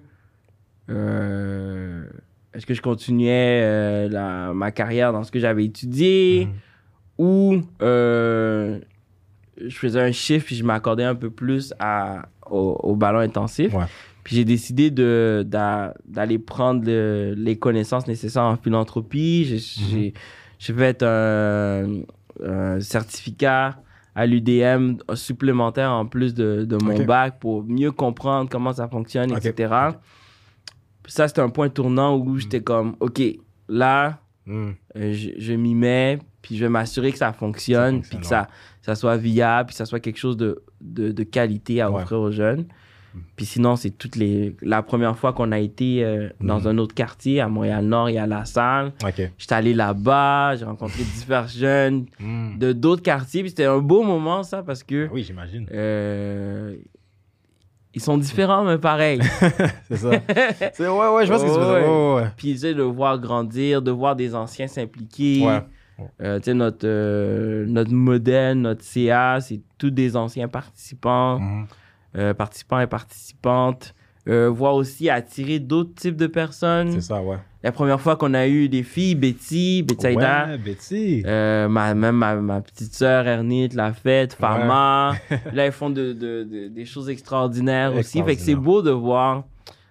je continuais ma carrière dans ce que j'avais étudié ou je faisais un shift puis je m'accordais un peu plus au ballon intensif. Puis j'ai décidé d'aller prendre les connaissances nécessaires en philanthropie. J'ai fait un certificat à l'UDM supplémentaire en plus de mon bac pour mieux comprendre comment ça fonctionne, etc. Puis ça, c'était un point tournant où j'étais comme, OK, là, je m'y mets, puis je vais m'assurer que ça fonctionne, puis que ça soit viable, puis que ça soit quelque chose de qualité à offrir aux jeunes. Puis sinon, c'est la première fois qu'on a été dans un autre quartier, à Montréal-Nord et à La Salle. J'étais allé là-bas, j'ai rencontré différents jeunes de d'autres quartiers. Puis c'était un beau moment, ça, parce que... Oui, j'imagine. Ils sont différents, mais pareil. C'est ça. Ouais, je vois ce que tu veux dire. Ouais. Puis, tu sais, de voir grandir, de voir des anciens s'impliquer. Tu sais, notre modèle, notre CA, c'est tous des anciens participants. Participants et participantes, voir aussi attirer d'autres types de personnes. C'est ça, ouais. La première fois qu'on a eu des filles, Betty Aida. Ouais, Betty. Même ma petite sœur, Ernite, l'a fête, Pharma. Là, ils font des choses extraordinaires aussi. Fait que c'est beau de voir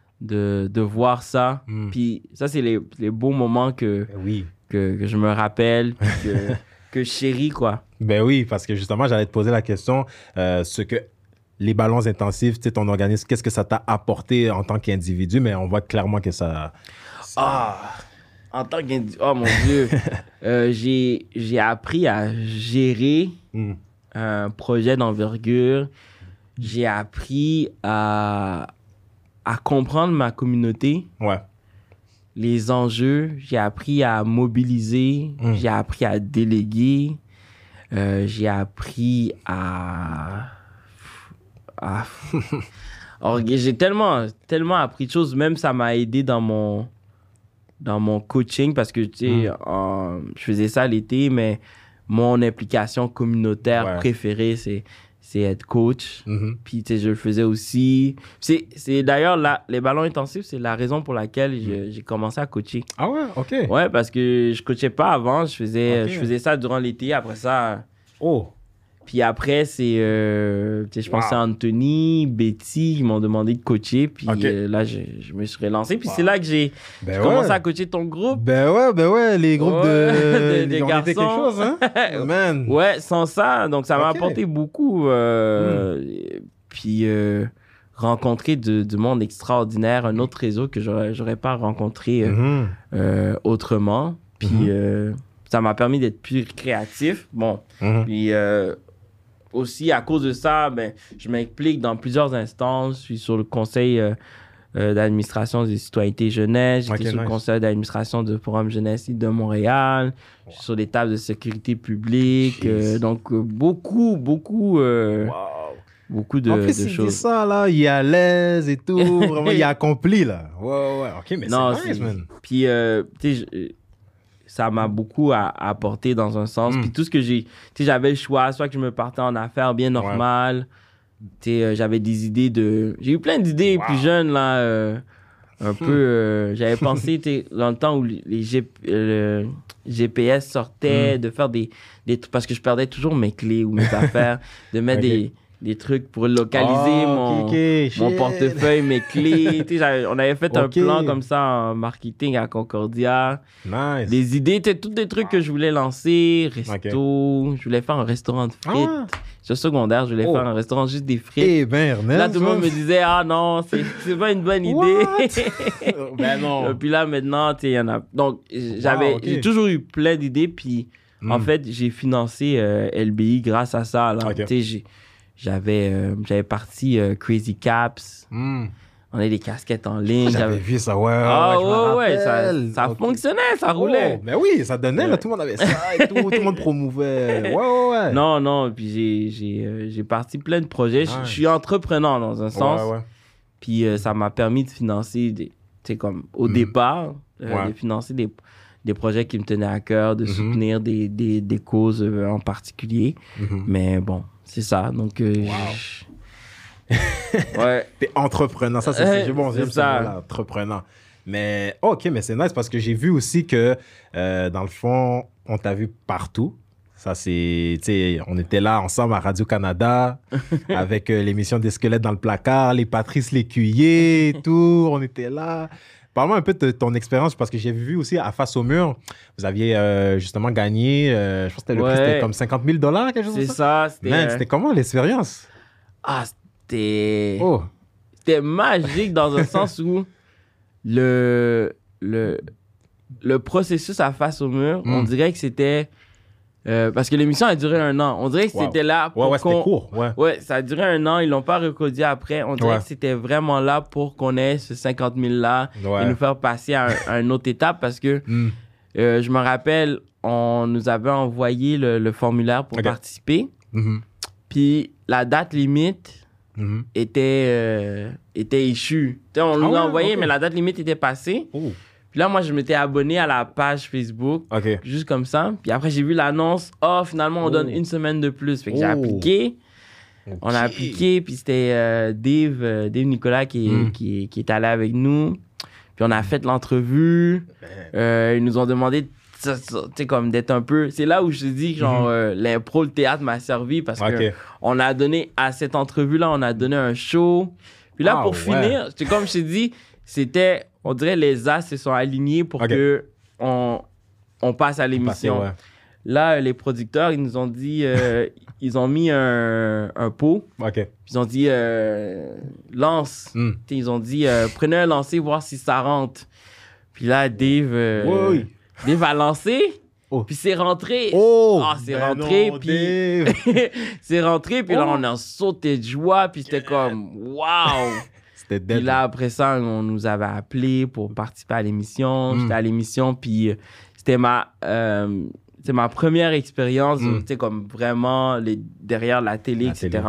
ça. Puis ça, c'est les beaux moments que je me rappelle, puis que je chéris, quoi. Ben oui, parce que justement, j'allais te poser la question, ce que les ballons intensifs, tu sais, ton organisme, qu'est-ce que ça t'a apporté en tant qu'individu? Mais on voit clairement que ça... En tant qu'individu... Oh, mon Dieu! J'ai appris à gérer un projet d'envergure. J'ai appris à comprendre ma communauté. Les enjeux. J'ai appris à mobiliser. J'ai appris à déléguer. J'ai appris à... j'ai tellement appris de choses. Même ça m'a aidé dans mon coaching parce que, tu sais, je faisais ça l'été, mais mon implication communautaire préférée, c'est être coach. Puis, tu sais, je le faisais aussi. C'est d'ailleurs, les ballons intensifs, c'est la raison pour laquelle j'ai commencé à coacher. Ah ouais? OK. Ouais, parce que je coachais pas avant. Je faisais ça durant l'été. Après ça... Puis après, je pensais à Anthony, Betty, ils m'ont demandé de coacher. Puis là, je me suis relancé. Puis c'est là que j'ai commencé à coacher ton groupe. Ben ouais, les groupes des garçons. Quelque chose, hein? Man. Ouais, sans ça. Donc, ça m'a apporté beaucoup. Puis rencontrer du monde extraordinaire, un autre réseau que j'aurais pas rencontré autrement. Puis ça m'a permis d'être plus créatif. Bon, puis... aussi, à cause de ça, je m'implique dans plusieurs instances. Je suis sur le conseil d'administration des citoyennetés jeunesse. J'étais sur le conseil d'administration du Forum jeunesse de Montréal. Je suis sur les tables de sécurité publique. Donc, beaucoup de en plus, il choses. dit ça, là. Il est à l'aise et tout. Vraiment, il a accompli, là. Ouais. OK, mais c'est nice, man. Puis, tu sais... ça m'a beaucoup apporté dans un sens. Puis tout ce que j'ai... Tu sais, j'avais le choix, soit que je me partais en affaires bien normales. Tu sais, j'avais des idées de... J'ai eu plein d'idées plus jeune, là. Un peu... j'avais pensé, tu sais, dans le temps où les GPS sortaient, de faire des parce que je perdais toujours mes clés ou mes affaires, de mettre des trucs pour localiser mon portefeuille, mes clés. Tu sais, on avait fait un plan comme ça en marketing à Concordia. Nice. Des idées, toutes des trucs que je voulais lancer. Resto, je voulais faire un restaurant de frites. Sur secondaire, je voulais faire un restaurant juste des frites. Eh ben, Ernest, là, tout le monde me disait, ah non, c'est pas une bonne idée. Ben non. Puis là, maintenant, tu sais, il y en a. Donc, j'ai toujours eu plein d'idées. Puis, en fait, j'ai financé LBI grâce à ça. Tu sais, j'avais parti Crazy Caps. On avait des casquettes en ligne. J'avais vu ça, ouais. Ça fonctionnait, ça roulait. Mais oui, ça donnait, là, tout le monde avait ça et tout le monde promouvait. Ouais. Non, puis j'ai parti plein de projets. Je suis entrepreneur dans un sens. Ouais. Puis ça m'a permis de financer, tu sais, comme au départ, de financer des projets qui me tenaient à cœur, de soutenir des causes en particulier. Mais bon, c'est ça. Donc, ouais. T'es entrepreneur, ça c'est bon, j'aime ça. Là, entrepreneur. Mais ok, mais c'est nice parce que j'ai vu aussi que dans le fond, on t'a vu partout. Ça c'est, tu sais, on était là ensemble à Radio-Canada avec l'émission des squelettes dans le placard, les Patrice Lécuyer, tout, on était là. Parle-moi un peu de ton expérience parce que j'ai vu aussi à Face au mur, vous aviez justement gagné, je pense que c'était le prix, c'était comme 50 000 $, quelque chose comme ça. C'est ça. C'était comment l'expérience? Ah, c'était magique dans un sens où le processus à Face au mur, on dirait que c'était... parce que l'émission a duré 1 an. On dirait que c'était là pour c'était court. Ouais, ça a duré 1 an. Ils l'ont pas recodié après. On dirait que c'était vraiment là pour qu'on ait ce 50 000-là et nous faire passer à une autre étape parce que je me rappelle, on nous avait envoyé le formulaire pour participer. Puis la date limite était échue. T'sais, on nous l'a envoyé, mais la date limite était passée. Puis là, moi, je m'étais abonné à la page Facebook, juste comme ça. Puis après, j'ai vu l'annonce. Finalement, on donne 1 semaine de plus. Fait que j'ai appliqué. On a appliqué, puis c'était Dave Nicolas qui est allé avec nous. Puis on a fait l'entrevue. Ils nous ont demandé comme d'être un peu... C'est là où je te dis que genre, l'impro, le théâtre m'a servi parce que on a donné, à cette entrevue-là, on a donné un show. Puis là, pour finir, comme je t'ai dit, c'était... On dirait les as se sont alignés pour que on passe à l'émission. Là, les producteurs, ils nous ont dit... ils ont mis un pot. Ils ont dit lance. Ils ont dit prenez un lancer, voir si ça rentre. Puis là, Dave a lancé. Puis c'est rentré. C'est rentré. Puis c'est rentré. Puis là, on a sauté de joie. Puis c'était comme waouh. Puis là, après ça, on nous avait appelés pour participer à l'émission. J'étais à l'émission, puis c'était ma première expérience, tu sais, comme vraiment derrière la télé, etc.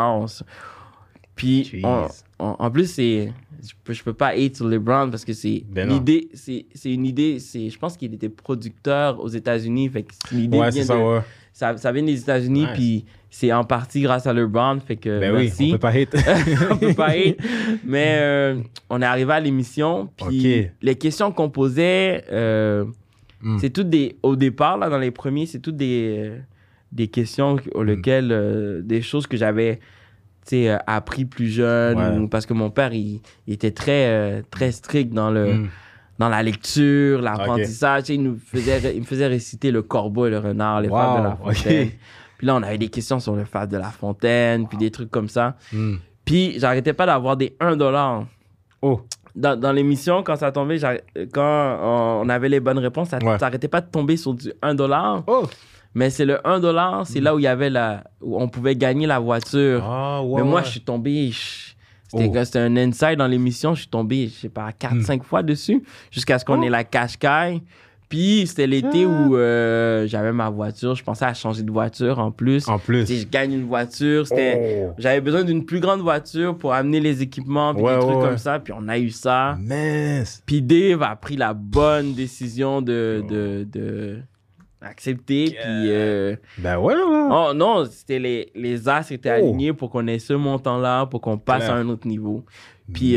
Puis, en plus, je peux pas hate sur LeBron parce que c'est l'idée, c'est une idée, je pense qu'il était producteur aux États-Unis, fait que l'idée vient ça vient des États-Unis, puis c'est en partie grâce à LeBron, fait que merci. Oui, on peut pas hate. On peut pas hate. Mais on est arrivé à l'émission, puis les questions qu'on posait, c'est toutes au départ, là, dans les premiers, c'est toutes des questions auxquelles, des choses que j'avais appris plus jeune, parce que mon père, il était très, très strict dans la lecture, l'apprentissage. Il me faisait réciter le corbeau et le renard, les fables de la fontaine. Puis là, on avait des questions sur le fable de la fontaine, puis des trucs comme ça. Puis j'arrêtais pas d'avoir des 1 $. Dans l'émission, quand ça tombait, quand on avait les bonnes réponses, ça n'arrêtait pas de tomber sur du 1 $. Mais c'est le 1 $, c'est là où il y avait où on pouvait gagner la voiture. Mais moi, je suis tombé... C'était un inside dans l'émission. Je suis tombé, je sais pas, 4-5 fois dessus jusqu'à ce qu'on ait la cache-caille. Puis c'était l'été où j'avais ma voiture. Je pensais à changer de voiture en plus. Je gagne une voiture. J'avais besoin d'une plus grande voiture pour amener les équipements puis des trucs comme ça. Puis on a eu ça. Puis Dave a pris la bonne décision de accepter. Puis oh non, c'était les as étaient alignés pour qu'on ait ce montant-là, pour qu'on passe à un autre niveau. Puis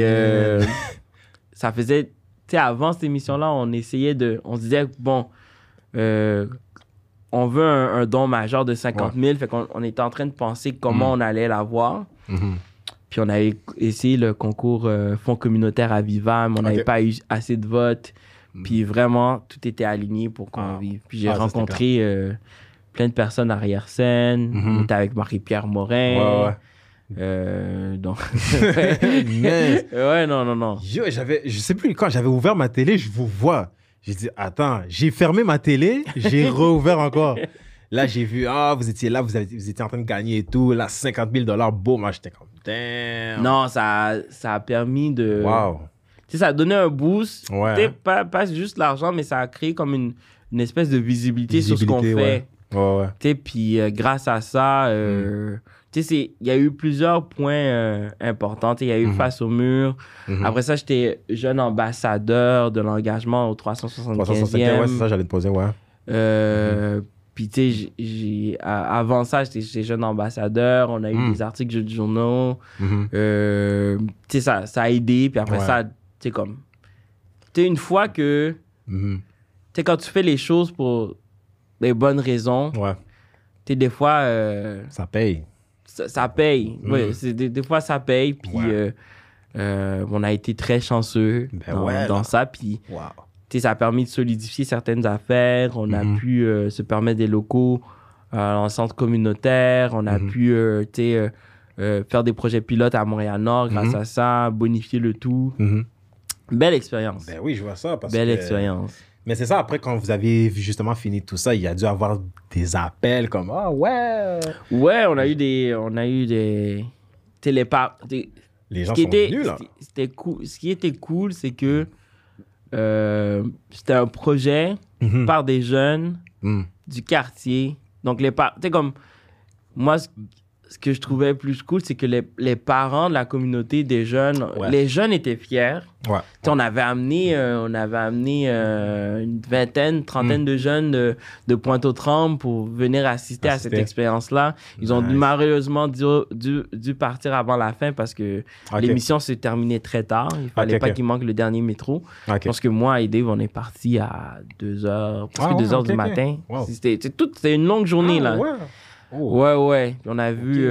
ça faisait... Tu sais, avant cette émission-là, on se disait, bon, on veut un don majeur de 50 000, fait qu'on était en train de penser comment on allait l'avoir. Puis on avait essayé le concours Fonds communautaire à Vivam, on n'avait pas eu assez de votes. Puis vraiment, tout était aligné pour qu'on vive. Puis j'ai rencontré plein de personnes arrière-scène. On était avec Marie-Pierre Morin. Donc... non. Yo, je sais plus, quand j'avais ouvert ma télé, je vous vois. J'ai dit, attends, j'ai fermé ma télé, j'ai rouvert encore. Là, j'ai vu, vous étiez là, vous étiez en train de gagner et tout. Là, 50 000 boum. Moi, j'étais comme, damn. Non, ça a permis de... Wow. Tu sais, ça a donné un boost. Ouais. Tu sais, pas juste l'argent, mais ça a créé comme une espèce de visibilité sur ce qu'on fait. Ouais. Tu sais, puis grâce à ça, tu sais, il y a eu plusieurs points importants. Tu sais, il y a eu Face au mur. Après ça, j'étais jeune ambassadeur de l'engagement au 375e. 375, ouais, c'est ça, j'allais te poser, ouais. Puis, tu sais, avant ça, j'étais jeune ambassadeur. On a eu des articles de journaux. Tu sais, ça a aidé. Puis après ça, tu sais, comme... Tu sais, une fois que... Tu sais, quand tu fais les choses pour les bonnes raisons, tu sais, des fois... ça paye. Ça paye. Ouais, des fois, ça paye. Puis, on a été très chanceux dans ça. Puis, ça a permis de solidifier certaines affaires. On a pu se permettre des locaux en centre communautaire. On a pu faire des projets pilotes à Montréal-Nord grâce à ça, bonifier le tout. Belle expérience. Ben oui, je vois ça. Belle expérience. Mais c'est ça, après, quand vous avez justement fini tout ça, il y a dû avoir des appels comme « Ah, ouais! » Ouais, on a eu des... Tu sais, Les gens sont venus, là. C'était cool. Ce qui était cool, c'est que c'était un projet par des jeunes du quartier. Donc, tu sais, comme... Moi, ce que je trouvais plus cool, c'est que les parents de la communauté des jeunes, les jeunes étaient fiers. Ouais. On avait amené une vingtaine, trentaine de jeunes de Pointe-aux-Trembles pour venir assister à cette expérience-là. Ils ont malheureusement dû partir avant la fin parce que l'émission s'est terminée très tard. Il fallait pas qu'il manque le dernier métro. Parce que moi et Dave, on est partis à 2h, presque 2h du matin. Wow. C'était une longue journée, là. Ouais. Oh. Ouais. On a vu...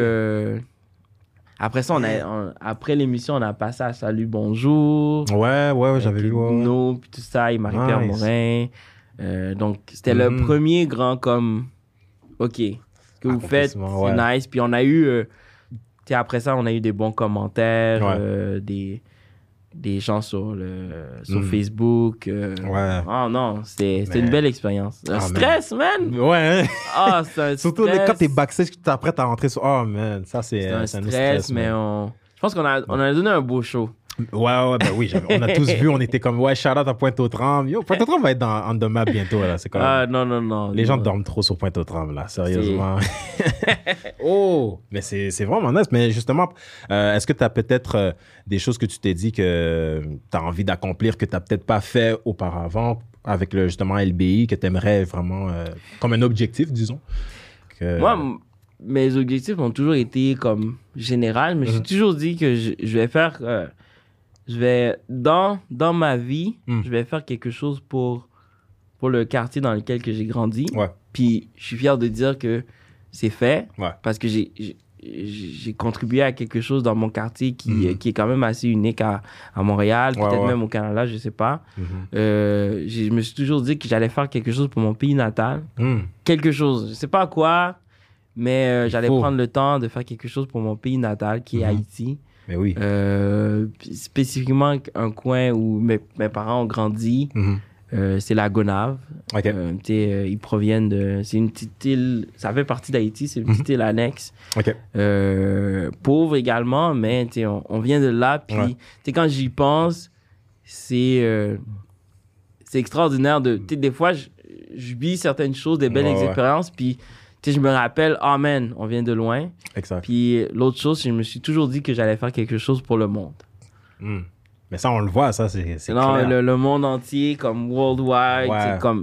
Après ça, après l'émission, on a passé à Salut Bonjour. Ouais, j'avais lu. Bruno, puis tout ça, et Marie-Pierre Morin. Donc, c'était le premier grand comme... OK, ce que vous faites, c'est nice. Puis on a eu... après ça, on a eu des bons commentaires, des gens sur Facebook. Oh non, c'était une belle expérience. Stress, man! Ouais. C'est un surtout stress. quand t'es backstage, tu t'apprêtes à rentrer sur... Oh, man, ça, c'est un stress, mais je pense qu'on a donné un beau show. Ouais, ben oui, on a tous vu, on était comme, shout-out à Pointe-aux-Trembles. Yo, Pointe-aux-Trembles va être on the map bientôt, là. C'est comme... non. Les gens dorment trop sur Pointe-aux-Trembles, là, sérieusement. Mais c'est vraiment nice. Mais justement, est-ce que tu as peut-être des choses que tu t'es dit que tu as envie d'accomplir, que tu n'as peut-être pas fait auparavant avec justement LBI, que tu aimerais vraiment, comme un objectif, disons? Moi, mes objectifs ont toujours été comme général, mais j'ai toujours dit que je vais faire... dans ma vie, je vais faire quelque chose pour le quartier dans lequel que j'ai grandi. Puis je suis fier de dire que c'est fait parce que j'ai contribué à quelque chose dans mon quartier qui est quand même assez unique à Montréal, peut-être même au Canada, je sais pas. Je me suis toujours dit que j'allais faire quelque chose pour mon pays natal. Quelque chose, je sais pas quoi, mais j'allais prendre le temps de faire quelque chose pour mon pays natal qui est Haïti. Mais oui. Spécifiquement un coin où mes parents ont grandi, c'est la Gonave. Ils proviennent de... C'est une petite île, ça fait partie d'Haïti, c'est une petite île annexe. Pauvre également, mais on vient de là. Puis quand j'y pense, c'est extraordinaire. Des fois, je vis certaines choses, des belles expériences, puis je me rappelle, man, on vient de loin. Exact. Puis l'autre chose, je me suis toujours dit que j'allais faire quelque chose pour le monde. Mais ça, on le voit, ça, c'est non, clair. Le monde entier, comme worldwide,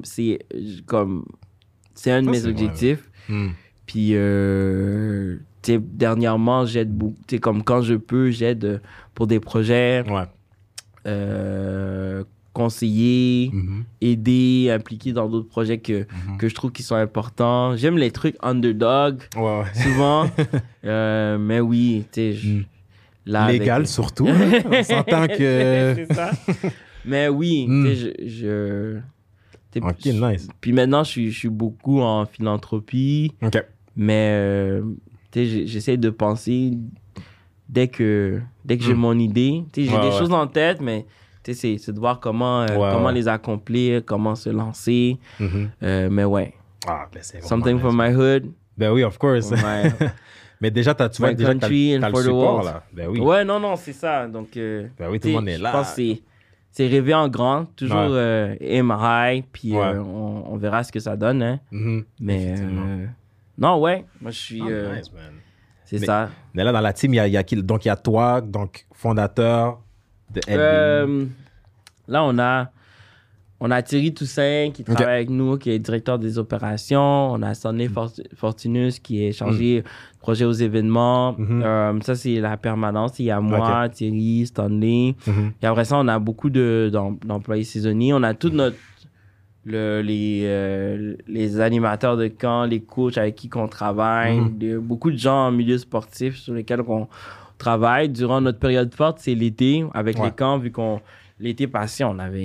c'est un de mes objectifs. Puis, dernièrement, j'aide beaucoup. Comme quand je peux, j'aide pour des projets. Conseiller, aider, impliquer dans d'autres projets que je trouve qui sont importants. J'aime les trucs underdog, souvent. Mais oui, légal surtout. On s'entend que... C'est ça. Mais oui, OK, nice. Puis maintenant, je suis beaucoup en philanthropie. Mais j'essaie de penser dès que j'ai mon idée. J'ai des choses en tête, mais... c'est de voir comment les accomplir, comment se lancer. Mais Ah, ben c'est vraiment Something nice. for my hood. Ben oui, of course. Ouais. Mais déjà, tu vois, My déjà, t'as country and le for the support, world. là. Ben oui. Ouais, non, c'est ça. Donc, Ben oui, tout le monde est là. Je pense que c'est rêver en grand. Toujours aim high, puis Ouais. on verra ce que ça donne. Hein. Mhm. Mais Effectivement. non, ouais, moi je suis. Ah, nice, man. C'est Mais- ça. Mais là, dans la team, il y a qui? Donc, il y a toi, donc, fondateur de LBI. Là, on a Thierry Toussaint qui travaille avec nous, qui est directeur des opérations. On a Stanley Fortunus qui est chargé de projet aux événements. Ça, c'est la permanence. Il y a moi, Thierry, Stanley. Et après ça, on a beaucoup d'employés saisonniers. On a tout les animateurs de camp, les coachs avec qui on travaille. Beaucoup de gens en milieu sportif sur lesquels on travaille. Durant notre période forte, c'est l'été avec les camps, vu qu'on l'été passé, on avait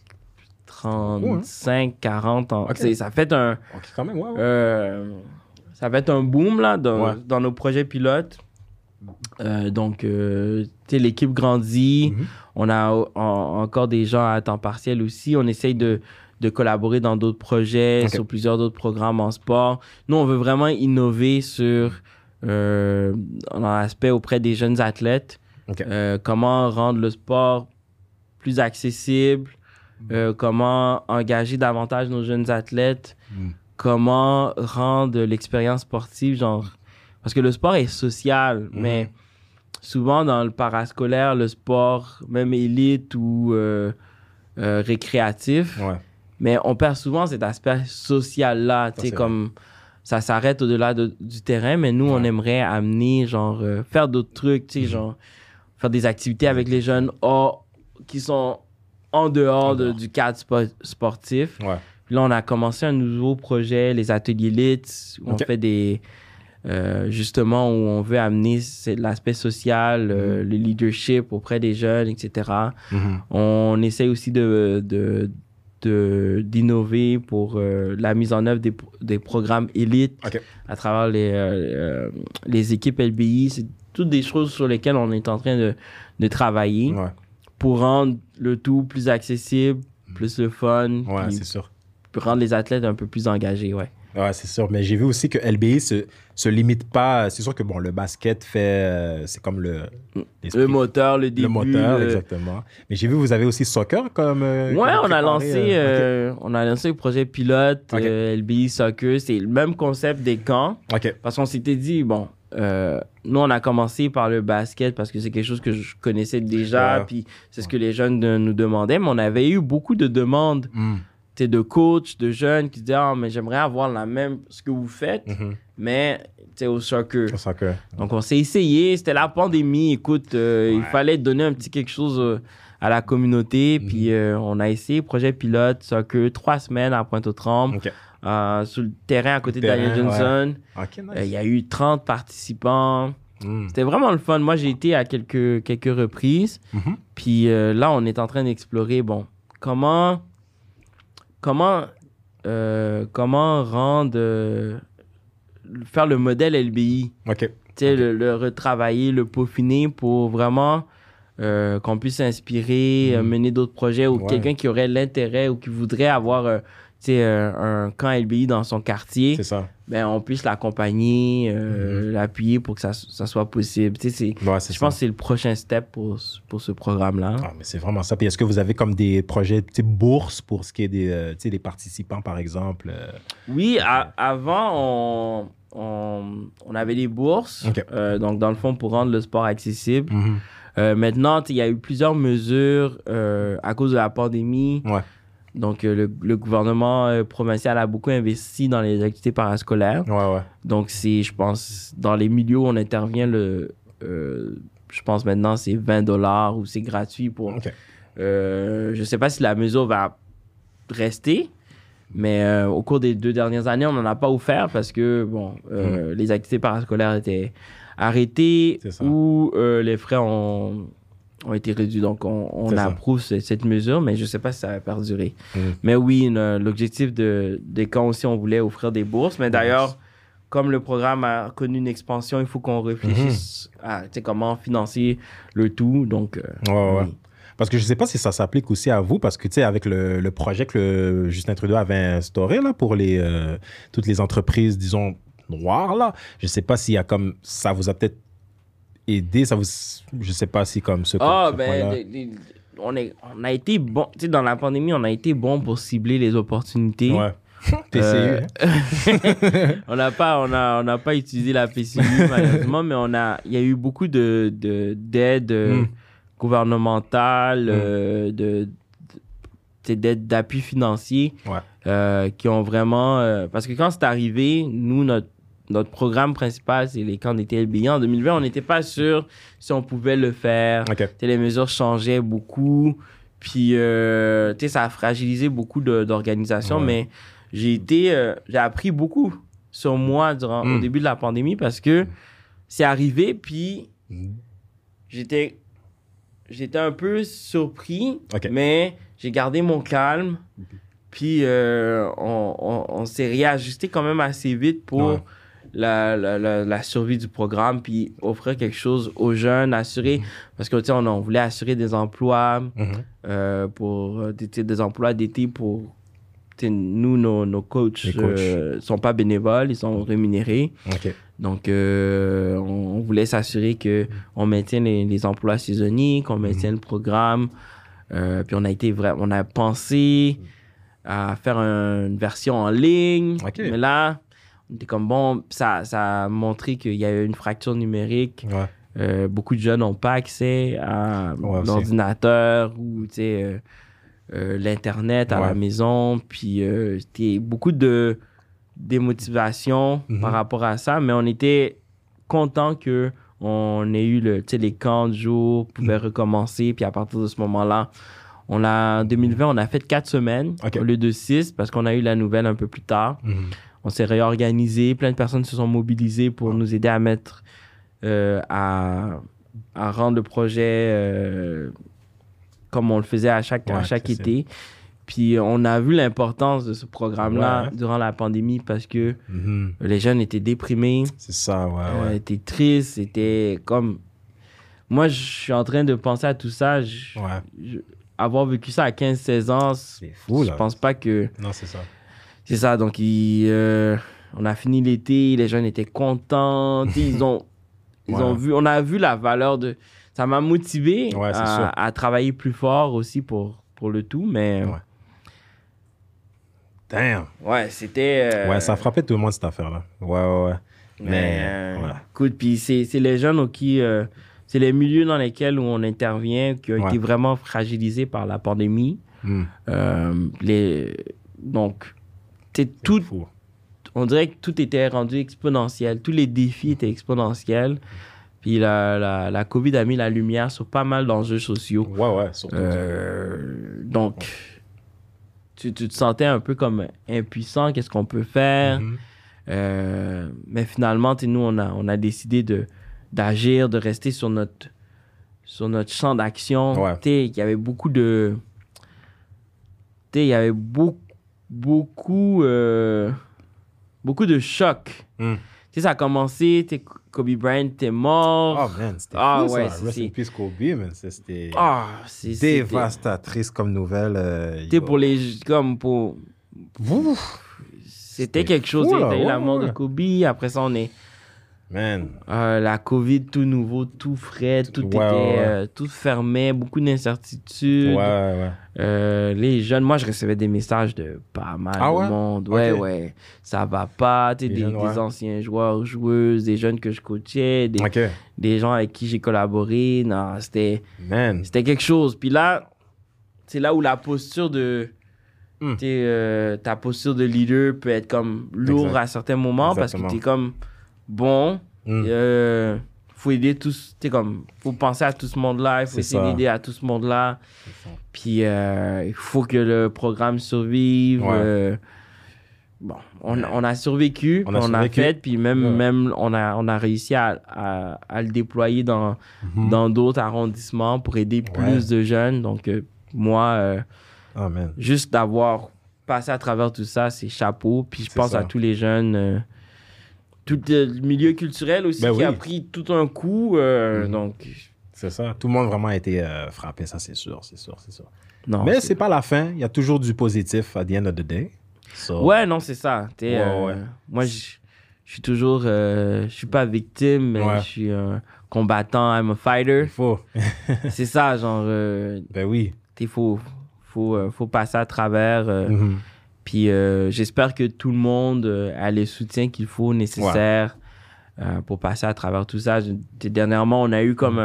35, 40 ans. Ça fait OK, quand même, ça va être un boom là, dans nos projets pilotes. Donc, tu sais, l'équipe grandit. On a encore des gens à temps partiel aussi. On essaye de collaborer dans d'autres projets, sur plusieurs autres programmes en sport. Nous, on veut vraiment innover dans l'aspect auprès des jeunes athlètes. Comment rendre le sport plus accessible, comment engager davantage nos jeunes athlètes, comment rendre l'expérience sportive, parce que le sport est social, mais souvent dans le parascolaire, le sport, même élite ou récréatif, mais on perd souvent cet aspect social-là, tu sais, comme ça s'arrête au-delà du terrain, mais nous, on aimerait amener, faire d'autres trucs, tu sais, faire des activités avec les jeunes qui sont en dehors du cadre sportif. Puis là, on a commencé un nouveau projet, les ateliers LIT, où on fait justement, où on veut amener l'aspect social, le leadership auprès des jeunes, etc. On essaie aussi d'innover pour la mise en œuvre des programmes élites à travers les équipes LBI. C'est toutes des choses sur lesquelles on est en train de travailler pour rendre le tout plus accessible, plus le fun. C'est sûr. Pour rendre les athlètes un peu plus engagés, Ouais, c'est sûr. Mais j'ai vu aussi que LBI se limite pas. C'est sûr que le basket c'est comme le moteur, le début. Le moteur, exactement. Mais j'ai vu vous avez aussi soccer comme. On a lancé le projet pilote LBI Soccer. C'est le même concept des camps. Parce qu'on s'était dit, nous, on a commencé par le basket parce que c'est quelque chose que je connaissais déjà. Puis c'est ce que les jeunes nous demandaient. Mais on avait eu beaucoup de demandes. De coachs, de jeunes qui disaient mais j'aimerais avoir ce que vous faites, mais au soccer. Donc, on s'est essayé. C'était la pandémie. Écoute, il fallait donner un petit quelque chose à la communauté. Puis, on a essayé projet pilote, soccer, 3 semaines à Pointe-aux-Trembles, sur le terrain à côté de Daniel Johnson. Il y a eu 30 participants. C'était vraiment le fun. Moi, j'ai été à quelques reprises. Puis là, on est en train d'explorer, comment faire le modèle LBI. Le retravailler, le peaufiner pour vraiment qu'on puisse s'inspirer, mener d'autres projets ou quelqu'un qui aurait l'intérêt ou qui voudrait avoir un camp LBI dans son quartier. C'est ça. On puisse l'accompagner, l'appuyer pour que ça soit possible. Je pense que c'est le prochain step pour ce programme-là. Mais c'est vraiment ça. Puis est-ce que vous avez comme des projets bourses pour ce qui est des participants, par exemple? Oui, avant, on avait des bourses. Donc, dans le fond, pour rendre le sport accessible. Maintenant, il y a eu plusieurs mesures à cause de la pandémie. Donc, le gouvernement provincial a beaucoup investi dans les activités parascolaires. Donc, je pense, dans les milieux où on intervient, je pense maintenant, c'est 20$ ou c'est gratuit pour... je ne sais pas si la mesure va rester, mais au cours des 2 dernières années, on n'en a pas offert parce que, les activités parascolaires étaient arrêtées ou les frais ont été réduits. Donc, on approuve cette mesure, mais je ne sais pas si ça va perdurer. Mais oui, l'objectif des camps aussi, on voulait offrir des bourses. Mais d'ailleurs, comme le programme a connu une expansion, il faut qu'on réfléchisse à comment financer le tout. Donc, oui. Parce que je ne sais pas si ça s'applique aussi à vous, parce que, tu sais, avec le projet que Justin Trudeau avait instauré, là, pour toutes les entreprises, disons, noires, là, je ne sais pas s'il y a comme... Ça vous a peut-être aidé, je ne sais pas si comme ce point-là. On a été bon, tu sais, dans la pandémie, on a été bon pour cibler les opportunités. Ouais. PCU. On n'a pas utilisé la PCU, malheureusement, mais il y a eu beaucoup d'aides gouvernementales, d'aides d'appui financier qui ont vraiment... parce que quand c'est arrivé, nous, notre programme principal, c'est les camps d'été LBI. En 2020, on n'était pas sûr si on pouvait le faire. Les mesures changeaient beaucoup. Puis, ça a fragilisé beaucoup d'organisations. Mais j'ai appris beaucoup sur moi au début de la pandémie parce que c'est arrivé. Puis, j'étais un peu surpris. Mais j'ai gardé mon calme. Puis, on s'est réajusté quand même assez vite pour... La survie du programme, puis offrir quelque chose aux jeunes, assurer, parce que, tu sais, on voulait assurer des emplois, des emplois d'été pour, tu sais, nous, nos coachs sont pas bénévoles, ils sont rémunérés. Donc, on voulait s'assurer qu'on maintienne les emplois saisonniers, qu'on maintienne le programme. Puis on a pensé à faire une version en ligne, mais là, on était comme bon, ça a montré qu'il y a une fracture numérique. Beaucoup de jeunes n'ont pas accès à l'ordinateur ou l'Internet à la maison. Puis c'était beaucoup de démotivation par rapport à ça. Mais on était content qu'on ait eu les camps de jour, pouvaient recommencer. Puis à partir de ce moment-là, en 2020, on a fait 4 semaines au lieu de 6 parce qu'on a eu la nouvelle un peu plus tard. On s'est réorganisé, plein de personnes se sont mobilisées pour nous aider à mettre, à rendre le projet comme on le faisait à chaque été. Puis on a vu l'importance de ce programme-là durant la pandémie parce que les jeunes étaient déprimés. C'est ça, étaient tristes, c'était comme... Moi, je suis en train de penser à tout ça. Avoir vécu ça à 15-16 ans, c'est fou, je pense pas que... Non, c'est ça. C'est ça, donc on a fini l'été, les jeunes étaient contents, ils ont vu, on a vu la valeur de... Ça m'a motivé à travailler plus fort aussi pour le tout, mais... Damn! Ouais, c'était... ça frappait tout le monde, cette affaire-là. Mais écoute, puis c'est les jeunes c'est les milieux dans lesquels où on intervient qui ont été vraiment fragilisés par la pandémie. Donc... on dirait que tout était rendu exponentiel. Tous les défis étaient exponentiels. Puis la COVID a mis la lumière sur pas mal d'enjeux sociaux. Surtout. Donc, tu te sentais un peu comme impuissant. Qu'est-ce qu'on peut faire? Mais finalement, nous, on a décidé d'agir, de rester sur notre champ d'action. Il y avait beaucoup de... Il y avait beaucoup de chocs. Ça a commencé, Kobe Bryant était mort. Oh man, c'était fou ça. Rest in peace Kobe, man. C'était dévastatrice comme nouvelle. C'était quelque chose. T'as eu la mort de Kobe. Après ça, la COVID, tout nouveau, tout frais, tout fermait, beaucoup d'incertitudes. Les jeunes, moi, je recevais des messages de pas mal de monde. Ça va pas. Des anciens joueurs, joueuses, des jeunes que je coachais, des gens avec qui j'ai collaboré. Non, c'était quelque chose. Puis là, c'est là où la posture de... ta posture de leader peut être comme lourde à certains moments parce que t'es comme... Bon, faut aider tous, faut penser à tout ce monde-là, il faut essayer d'aider à tout ce monde-là. Puis il faut que le programme survive. On a survécu, on a fait, puis même on a réussi à le déployer dans d'autres arrondissements pour aider plus de jeunes. Donc moi, juste d'avoir passé à travers tout ça, c'est chapeau. Puis je pense à tous les jeunes... tout le milieu culturel aussi qui a pris tout un coup. Donc, C'est ça. Tout le monde vraiment a été frappé, ça, c'est sûr. Non, Mais c'est pas la fin. Il y a toujours du positif at the end of the day. So, Ouais, non, c'est ça. Ouais. Moi, je suis toujours... je suis pas victime, mais Ouais. je suis un combattant, I'm a fighter. il faut. C'est ça, genre... Ben oui. Il faut passer à travers. Mhm. Puis j'espère que tout le monde a les soutiens qu'il faut nécessaires pour passer à travers tout ça. Dernièrement, on a eu comme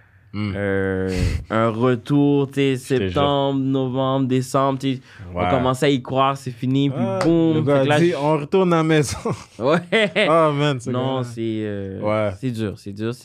un retour, tu sais, septembre, novembre, décembre. Tu sais, on commençait à y croire, c'est fini, puis boum. Le gars Fait que là, dit, on retourne à la maison. Ouais. Oh man, c'est Non, grave. c'est dur.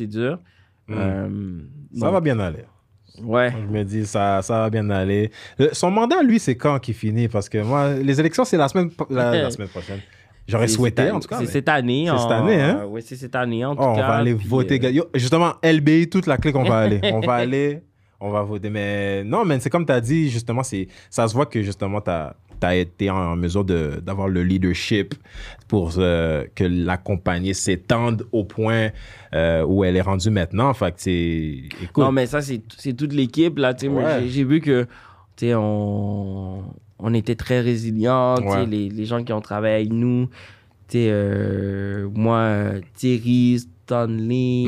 Ça va bien aller. Ouais. Je me dis, ça va bien aller. Son mandat, lui, c'est quand qu'il finit? Parce que moi, les élections, c'est la semaine prochaine. J'aurais souhaité, en tout cas. C'est mais- cette année. C'est cette année, hein? Oui, c'est cette année, en tout Oh, cas. on va aller puis, voter. Gars. Yo, justement, LBI, toute la clique, on va aller. On va voter. Mais non, mais c'est comme tu as dit, justement, ça se voit que justement, tu as été en mesure d'avoir le leadership pour que la compagnie s'étende au point où elle est rendue maintenant. Fait que écoute. Non, mais ça, c'est toute l'équipe, là. Tu sais, moi, Ouais. j'ai vu que, tu sais, on était très résilients. Tu sais, Ouais. les gens qui ont travaillé avec nous, tu sais, moi, Thierry, Stanley,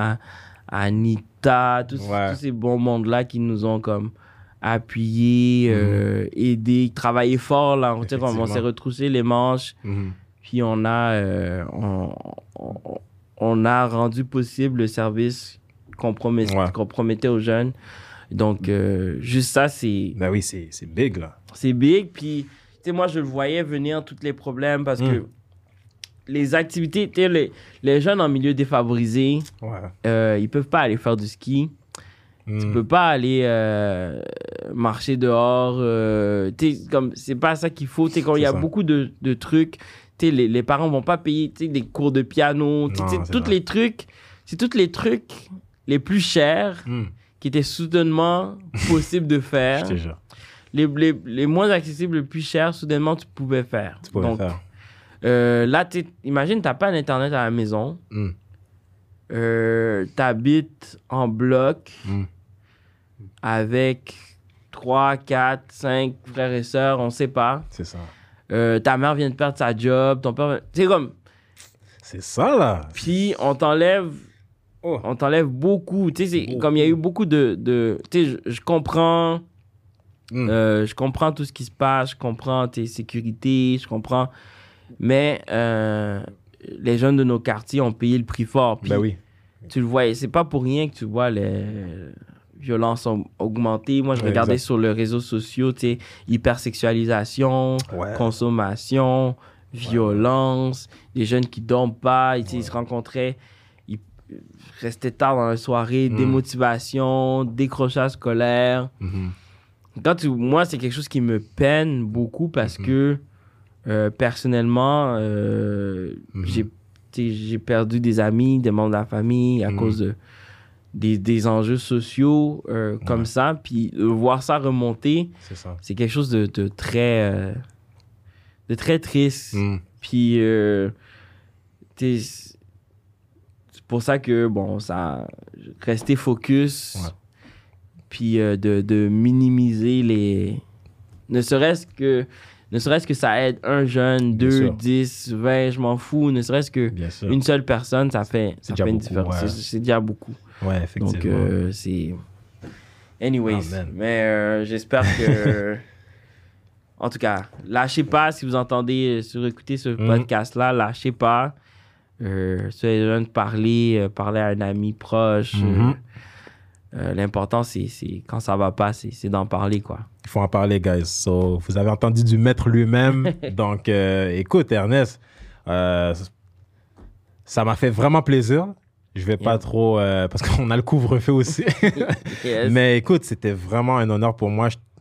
Anita, tous ces bons mondes-là qui nous ont comme appuyés, aidés, travaillé fort, là. Tu sais, comme on s'est retroussé les manches, puis on a rendu possible le service qu'on promettait aux jeunes. Donc, juste ça, c'est... Ben oui, c'est big, là. C'est big. Puis, tu sais, moi, je le voyais venir, tous les problèmes, parce que les activités, tu sais, les jeunes en milieu défavorisé, ils peuvent pas aller faire du ski. Tu peux pas aller marcher dehors. Tu sais, comme, c'est pas ça qu'il faut. Tu sais, quand il y a beaucoup de trucs, tu sais, les parents vont pas payer, tu sais, des cours de piano. Tu sais, tous les trucs les plus chers qui étaient soudainement possibles de faire. Je te jure. Les moins accessibles, les plus chers, soudainement, tu pouvais faire. Là, imagine, tu n'as pas d'Internet à la maison. Tu habites en bloc avec 3, 4, 5 frères et sœurs, on ne sait pas. C'est ça. Ta mère vient de perdre sa job, ton père... C'est comme... C'est ça, là. Puis, on t'enlève beaucoup. Tu sais, c'est comme il y a eu beaucoup de tu sais, je comprends... je comprends tout ce qui se passe, je comprends tes sécurités, je comprends... Mais les jeunes de nos quartiers ont payé le prix fort. Puis, ben oui. Tu le vois, c'est pas pour rien que tu vois les violences ont augmenté. Moi, je regardais sur les réseaux sociaux, tu sais, hypersexualisation, consommation, violence, les jeunes qui dorment pas, ils se rencontraient, ils restaient tard dans la soirée, démotivation, décrochage scolaire. Moi, c'est quelque chose qui me peine beaucoup parce que personnellement, j'ai perdu des amis, des membres de la famille à cause des enjeux sociaux comme ça. Puis voir ça remonter, c'est quelque chose de très triste. Puis c'est pour ça que, bon, ça rester focus, puis de minimiser les... Ne serait-ce que ça aide un jeune, 2, 10, 20, je m'en fous. Ne serait-ce que une seule personne, ça fait une différence. C'est déjà beaucoup. Ouais, effectivement. Donc, c'est... Anyways. Mais j'espère que... En tout cas, lâchez pas si vous entendez, si vous écoutez ce podcast-là, lâchez pas. Soyez jeunes, parlez à un ami proche. L'important, c'est quand ça va pas, c'est d'en parler, quoi. Il faut en parler, guys. So, vous avez entendu du maître lui-même. Donc, écoute, Ernest, ça m'a fait vraiment plaisir. Je vais pas trop... parce qu'on a le couvre-feu aussi. Mais écoute, c'était vraiment un honneur pour moi.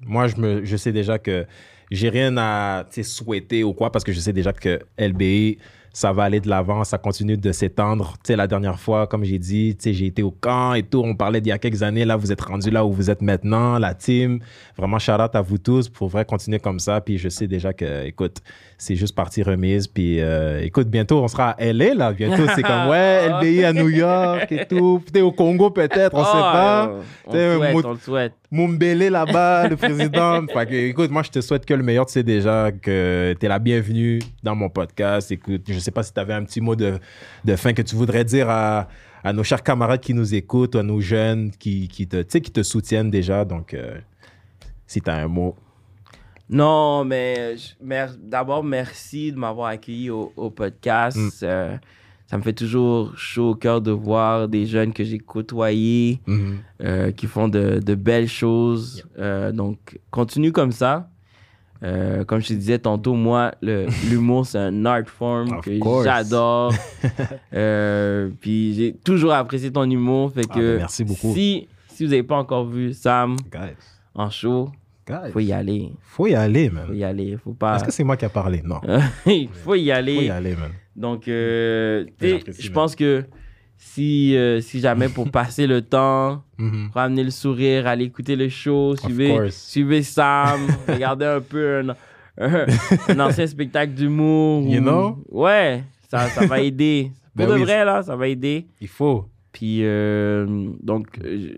moi, je sais déjà que j'ai rien à souhaiter ou quoi, parce que je sais déjà que LBI, ça va aller de l'avant, ça continue de s'étendre. Tu sais, la dernière fois, comme j'ai dit, tu sais, j'ai été au camp et tout. On parlait d'il y a quelques années. Là, vous êtes rendus là où vous êtes maintenant, la team. Vraiment, shout-out à vous tous pour vrai continuer comme ça. Puis je sais déjà que, écoute, c'est juste partie remise. Puis écoute, bientôt, on sera à LA, là. Bientôt, c'est comme, ouais, LBI à New York et tout. Peut-être au Congo, peut-être, on sait pas. On le souhaite. Mumbele là-bas, le président. Fait que, écoute, moi, je te souhaite que le meilleur. Tu sais déjà que tu es la bienvenue dans mon podcast. Écoute, je sais pas si tu avais un petit mot de fin que tu voudrais dire à nos chers camarades qui nous écoutent, à nos jeunes qui te soutiennent déjà. Donc, si tu as un mot. Non, mais d'abord, merci de m'avoir accueilli au podcast. Ça me fait toujours chaud au cœur de voir des jeunes que j'ai côtoyés qui font de belles choses. Donc, continue comme ça. Comme je te disais tantôt, moi, l'humour, c'est un art form que j'adore. Puis j'ai toujours apprécié ton humour. Fait que merci beaucoup. Si vous n'avez pas encore vu Sam en show, faut y aller. Faut y aller, man. Faut y aller. Faut pas... Est-ce que c'est moi qui ai parlé? Non. Faut y aller. Faut y aller, man. Donc, je pense que si jamais pour passer le temps, ramener le sourire, aller écouter le show, suivez Sam, regardez un peu un ancien spectacle d'humour. You know? Ouais, ça va aider. Pour de vrai, là, ça va aider. Il faut. Puis, donc,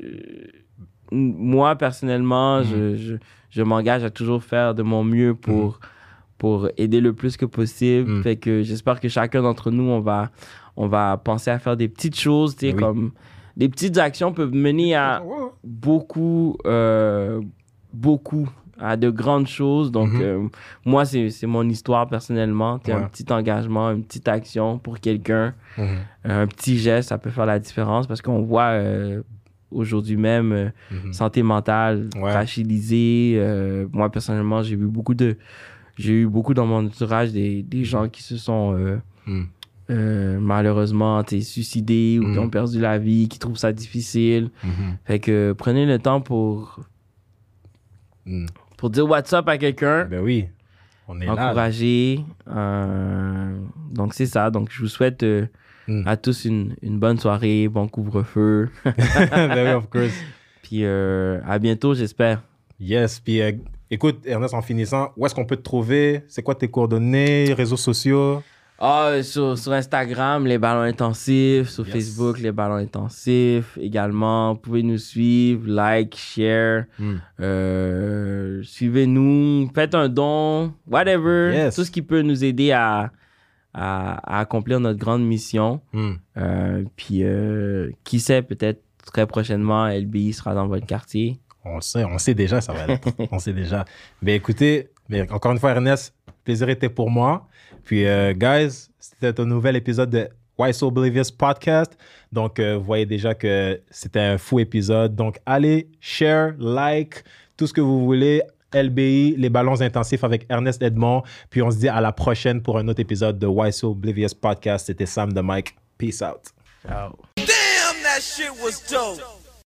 moi, personnellement, je m'engage à toujours faire de mon mieux pour aider le plus que possible. Fait que j'espère que chacun d'entre nous, on va penser à faire des petites choses, tu sais, comme des petites actions peuvent mener à beaucoup, à de grandes choses. Donc, moi, c'est mon histoire personnellement. Un petit engagement, une petite action pour quelqu'un, un petit geste, ça peut faire la différence parce qu'on voit aujourd'hui même santé mentale fragilisée. Moi, personnellement, j'ai eu beaucoup dans mon entourage des gens qui se sont malheureusement suicidés ou qui ont perdu la vie, qui trouvent ça difficile. Fait que prenez le temps pour dire what's up à quelqu'un. Ben oui, on est encourager. Donc c'est ça. Donc je vous souhaite à tous une bonne soirée, bon couvre-feu. Ben oui, of course. Puis à bientôt, j'espère. Yes, puis écoute, Ernest, en finissant, où est-ce qu'on peut te trouver? C'est quoi tes coordonnées, réseaux sociaux? Sur Instagram, les ballons intensifs. Sur Facebook, les ballons intensifs. Également, vous pouvez nous suivre, like, share. Suivez-nous, faites un don, whatever. Tout ce qui peut nous aider à accomplir notre grande mission. Puis, qui sait, peut-être très prochainement, LBI sera dans votre quartier. On sait déjà, ça va l'être. On sait déjà. Mais écoutez, encore une fois, Ernest, plaisir était pour moi. Puis, guys, c'était un nouvel épisode de Why So Oblivious Podcast. Donc, vous voyez déjà que c'était un fou épisode. Donc, allez, share, like, tout ce que vous voulez. LBI, les ballons intensifs avec Ernest Edmond. Puis, on se dit à la prochaine pour un autre épisode de Why So Oblivious Podcast. C'était Sam the Mike. Peace out. Ciao. Damn, that shit was dope.